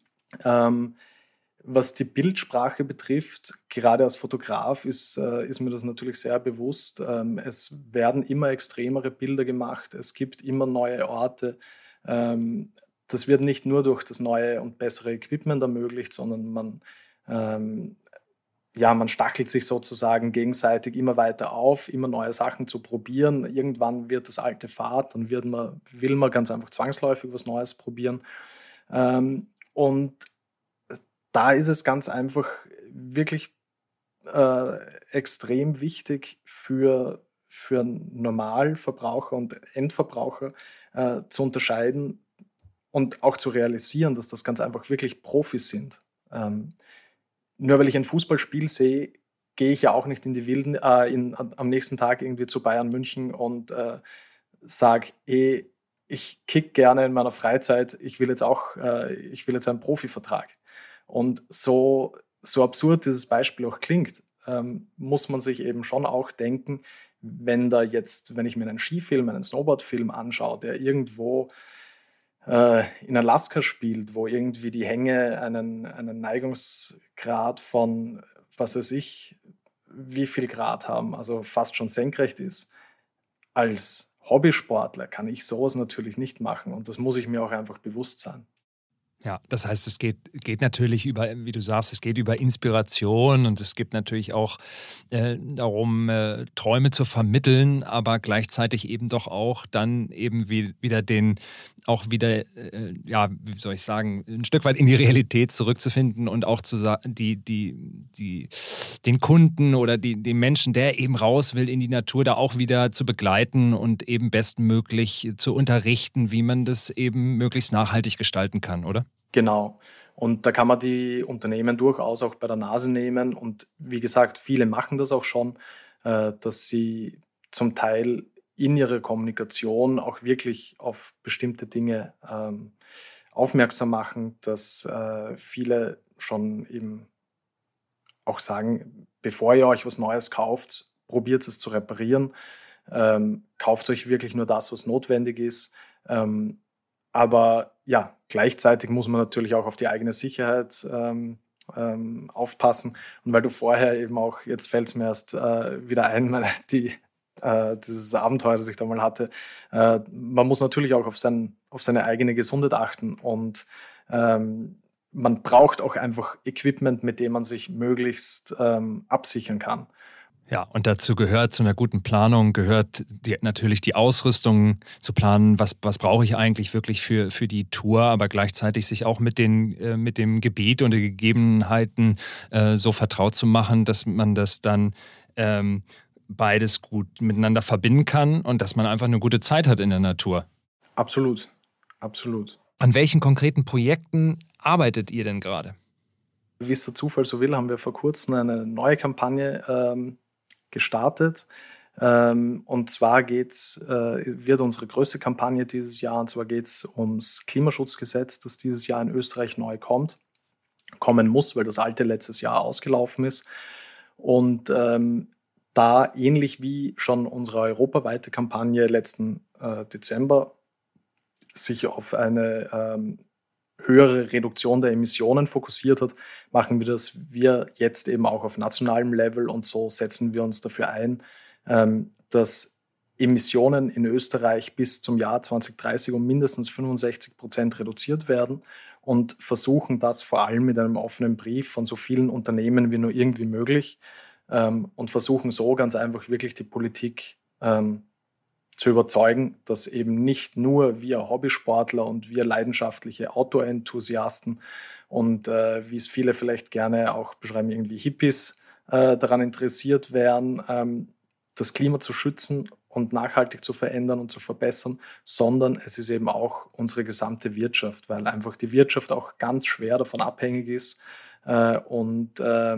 Was die Bildsprache betrifft, gerade als Fotograf ist mir das natürlich sehr bewusst. Es werden immer extremere Bilder gemacht, es gibt immer neue Orte. Das wird nicht nur durch das neue und bessere Equipment ermöglicht, sondern man stachelt sich sozusagen gegenseitig immer weiter auf, immer neue Sachen zu probieren. Irgendwann wird das alte Fad, dann will man ganz einfach zwangsläufig was Neues probieren. Und da ist es ganz einfach wirklich extrem wichtig für Normalverbraucher und Endverbraucher zu unterscheiden und auch zu realisieren, dass das ganz einfach wirklich Profis sind. Nur weil ich ein Fußballspiel sehe, gehe ich ja auch nicht in die Wilden am nächsten Tag irgendwie zu Bayern München und sage, ich kick gerne in meiner Freizeit, ich will jetzt einen Profivertrag. Und so absurd dieses Beispiel auch klingt, muss man sich eben schon auch denken, wenn ich mir einen Skifilm, einen Snowboardfilm anschaue, der irgendwo in Alaska spielt, wo irgendwie die Hänge einen Neigungsgrad von, was weiß ich, wie viel Grad haben, also fast schon senkrecht ist. Als Hobbysportler kann ich sowas natürlich nicht machen und das muss ich mir auch einfach bewusst sein. Ja, das heißt, es geht natürlich über, wie du sagst, es geht über Inspiration und es geht natürlich auch darum, Träume zu vermitteln, aber gleichzeitig eben doch auch dann eben wieder wie soll ich sagen, ein Stück weit in die Realität zurückzufinden und auch den Kunden oder die Menschen, der eben raus will in die Natur, da auch wieder zu begleiten und eben bestmöglich zu unterrichten, wie man das eben möglichst nachhaltig gestalten kann, oder? Genau. Und da kann man die Unternehmen durchaus auch bei der Nase nehmen. Und wie gesagt, viele machen das auch schon, dass sie zum Teil in ihrer Kommunikation auch wirklich auf bestimmte Dinge aufmerksam machen, dass viele schon eben auch sagen, bevor ihr euch was Neues kauft, probiert es zu reparieren. Kauft euch wirklich nur das, was notwendig ist. Aber ja, gleichzeitig muss man natürlich auch auf die eigene Sicherheit aufpassen. Und weil du vorher eben auch, jetzt fällt es mir erst wieder ein, dieses Abenteuer, das ich da mal hatte, man muss natürlich auch auf seine eigene Gesundheit achten und man braucht auch einfach Equipment, mit dem man sich möglichst absichern kann. Ja, und dazu gehört, zu einer guten Planung gehört natürlich die Ausrüstung zu planen, was brauche ich eigentlich wirklich für die Tour, aber gleichzeitig sich auch mit dem Gebiet und den Gegebenheiten so vertraut zu machen, dass man das dann beides gut miteinander verbinden kann und dass man einfach eine gute Zeit hat in der Natur. Absolut, absolut. An welchen konkreten Projekten arbeitet ihr denn gerade? Wie es der Zufall so will, haben wir vor kurzem eine neue Kampagne gestartet. Und zwar wird unsere größte Kampagne dieses Jahr, und zwar geht es ums Klimaschutzgesetz, das dieses Jahr in Österreich neu kommen muss, weil das alte letztes Jahr ausgelaufen ist. Und da ähnlich wie schon unsere europaweite Kampagne letzten Dezember sich auf eine höhere Reduktion der Emissionen fokussiert hat, machen wir jetzt eben auch auf nationalem Level und so setzen wir uns dafür ein, dass Emissionen in Österreich bis zum Jahr 2030 um mindestens 65% reduziert werden und versuchen das vor allem mit einem offenen Brief von so vielen Unternehmen wie nur irgendwie möglich und versuchen so ganz einfach wirklich die Politik zu überzeugen, dass eben nicht nur wir Hobbysportler und wir leidenschaftliche Outdoor-Enthusiasten und wie es viele vielleicht gerne auch beschreiben, irgendwie Hippies daran interessiert wären, das Klima zu schützen und nachhaltig zu verändern und zu verbessern, sondern es ist eben auch unsere gesamte Wirtschaft, weil einfach die Wirtschaft auch ganz schwer davon abhängig ist. In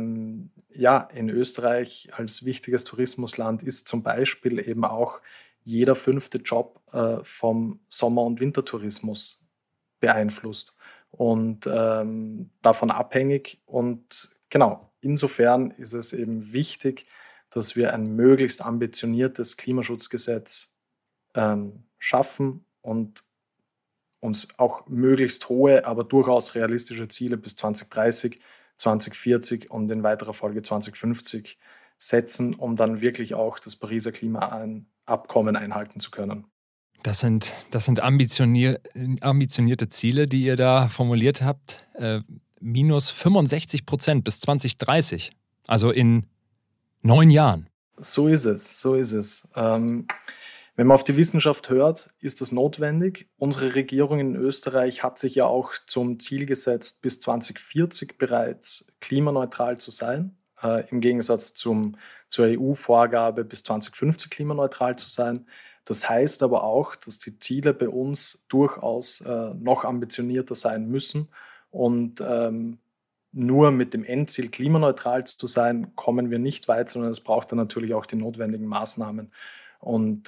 Österreich als wichtiges Tourismusland ist zum Beispiel eben auch jeder 5. Job vom Sommer- und Wintertourismus beeinflusst und davon abhängig. Und genau, insofern ist es eben wichtig, dass wir ein möglichst ambitioniertes Klimaschutzgesetz schaffen und uns auch möglichst hohe, aber durchaus realistische Ziele bis 2030, 2040 und in weiterer Folge 2050 setzen, um dann wirklich auch das Pariser Klimaabkommen einhalten zu können. Das sind ambitionierte Ziele, die ihr da formuliert habt. Minus 65% bis 2030, also in 9 Jahren. So ist es. Wenn man auf die Wissenschaft hört, ist das notwendig. Unsere Regierung in Österreich hat sich ja auch zum Ziel gesetzt, bis 2040 bereits klimaneutral zu sein, im Gegensatz zur EU-Vorgabe, bis 2050 klimaneutral zu sein. Das heißt aber auch, dass die Ziele bei uns durchaus noch ambitionierter sein müssen. Und nur mit dem Endziel klimaneutral zu sein, kommen wir nicht weit, sondern es braucht dann natürlich auch die notwendigen Maßnahmen. Und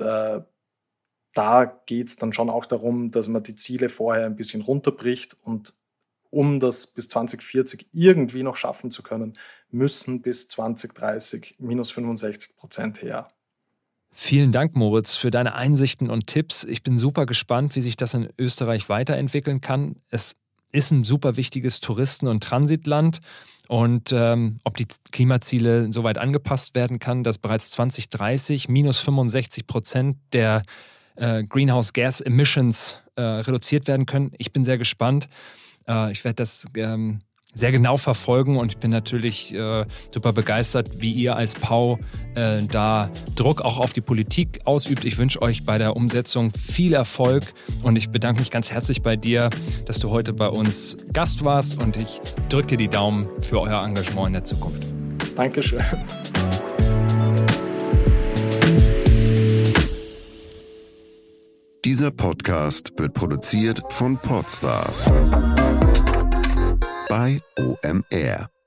da geht es dann schon auch darum, dass man die Ziele vorher ein bisschen runterbricht. Und um das bis 2040 irgendwie noch schaffen zu können, müssen bis 2030 minus 65% her. Vielen Dank, Moritz, für deine Einsichten und Tipps. Ich bin super gespannt, wie sich das in Österreich weiterentwickeln kann. Es ist ein super wichtiges Touristen- und Transitland. Und ob die Klimaziele so weit angepasst werden kann, dass bereits 2030 minus 65% der Greenhouse Gas Emissions reduziert werden können. Ich bin sehr gespannt. Ich werde das sehr genau verfolgen und ich bin natürlich super begeistert, wie ihr als PAU da Druck auch auf die Politik ausübt. Ich wünsche euch bei der Umsetzung viel Erfolg und ich bedanke mich ganz herzlich bei dir, dass du heute bei uns Gast warst und ich drücke dir die Daumen für euer Engagement in der Zukunft. Dankeschön. Dieser Podcast wird produziert von Podstars bei OMR.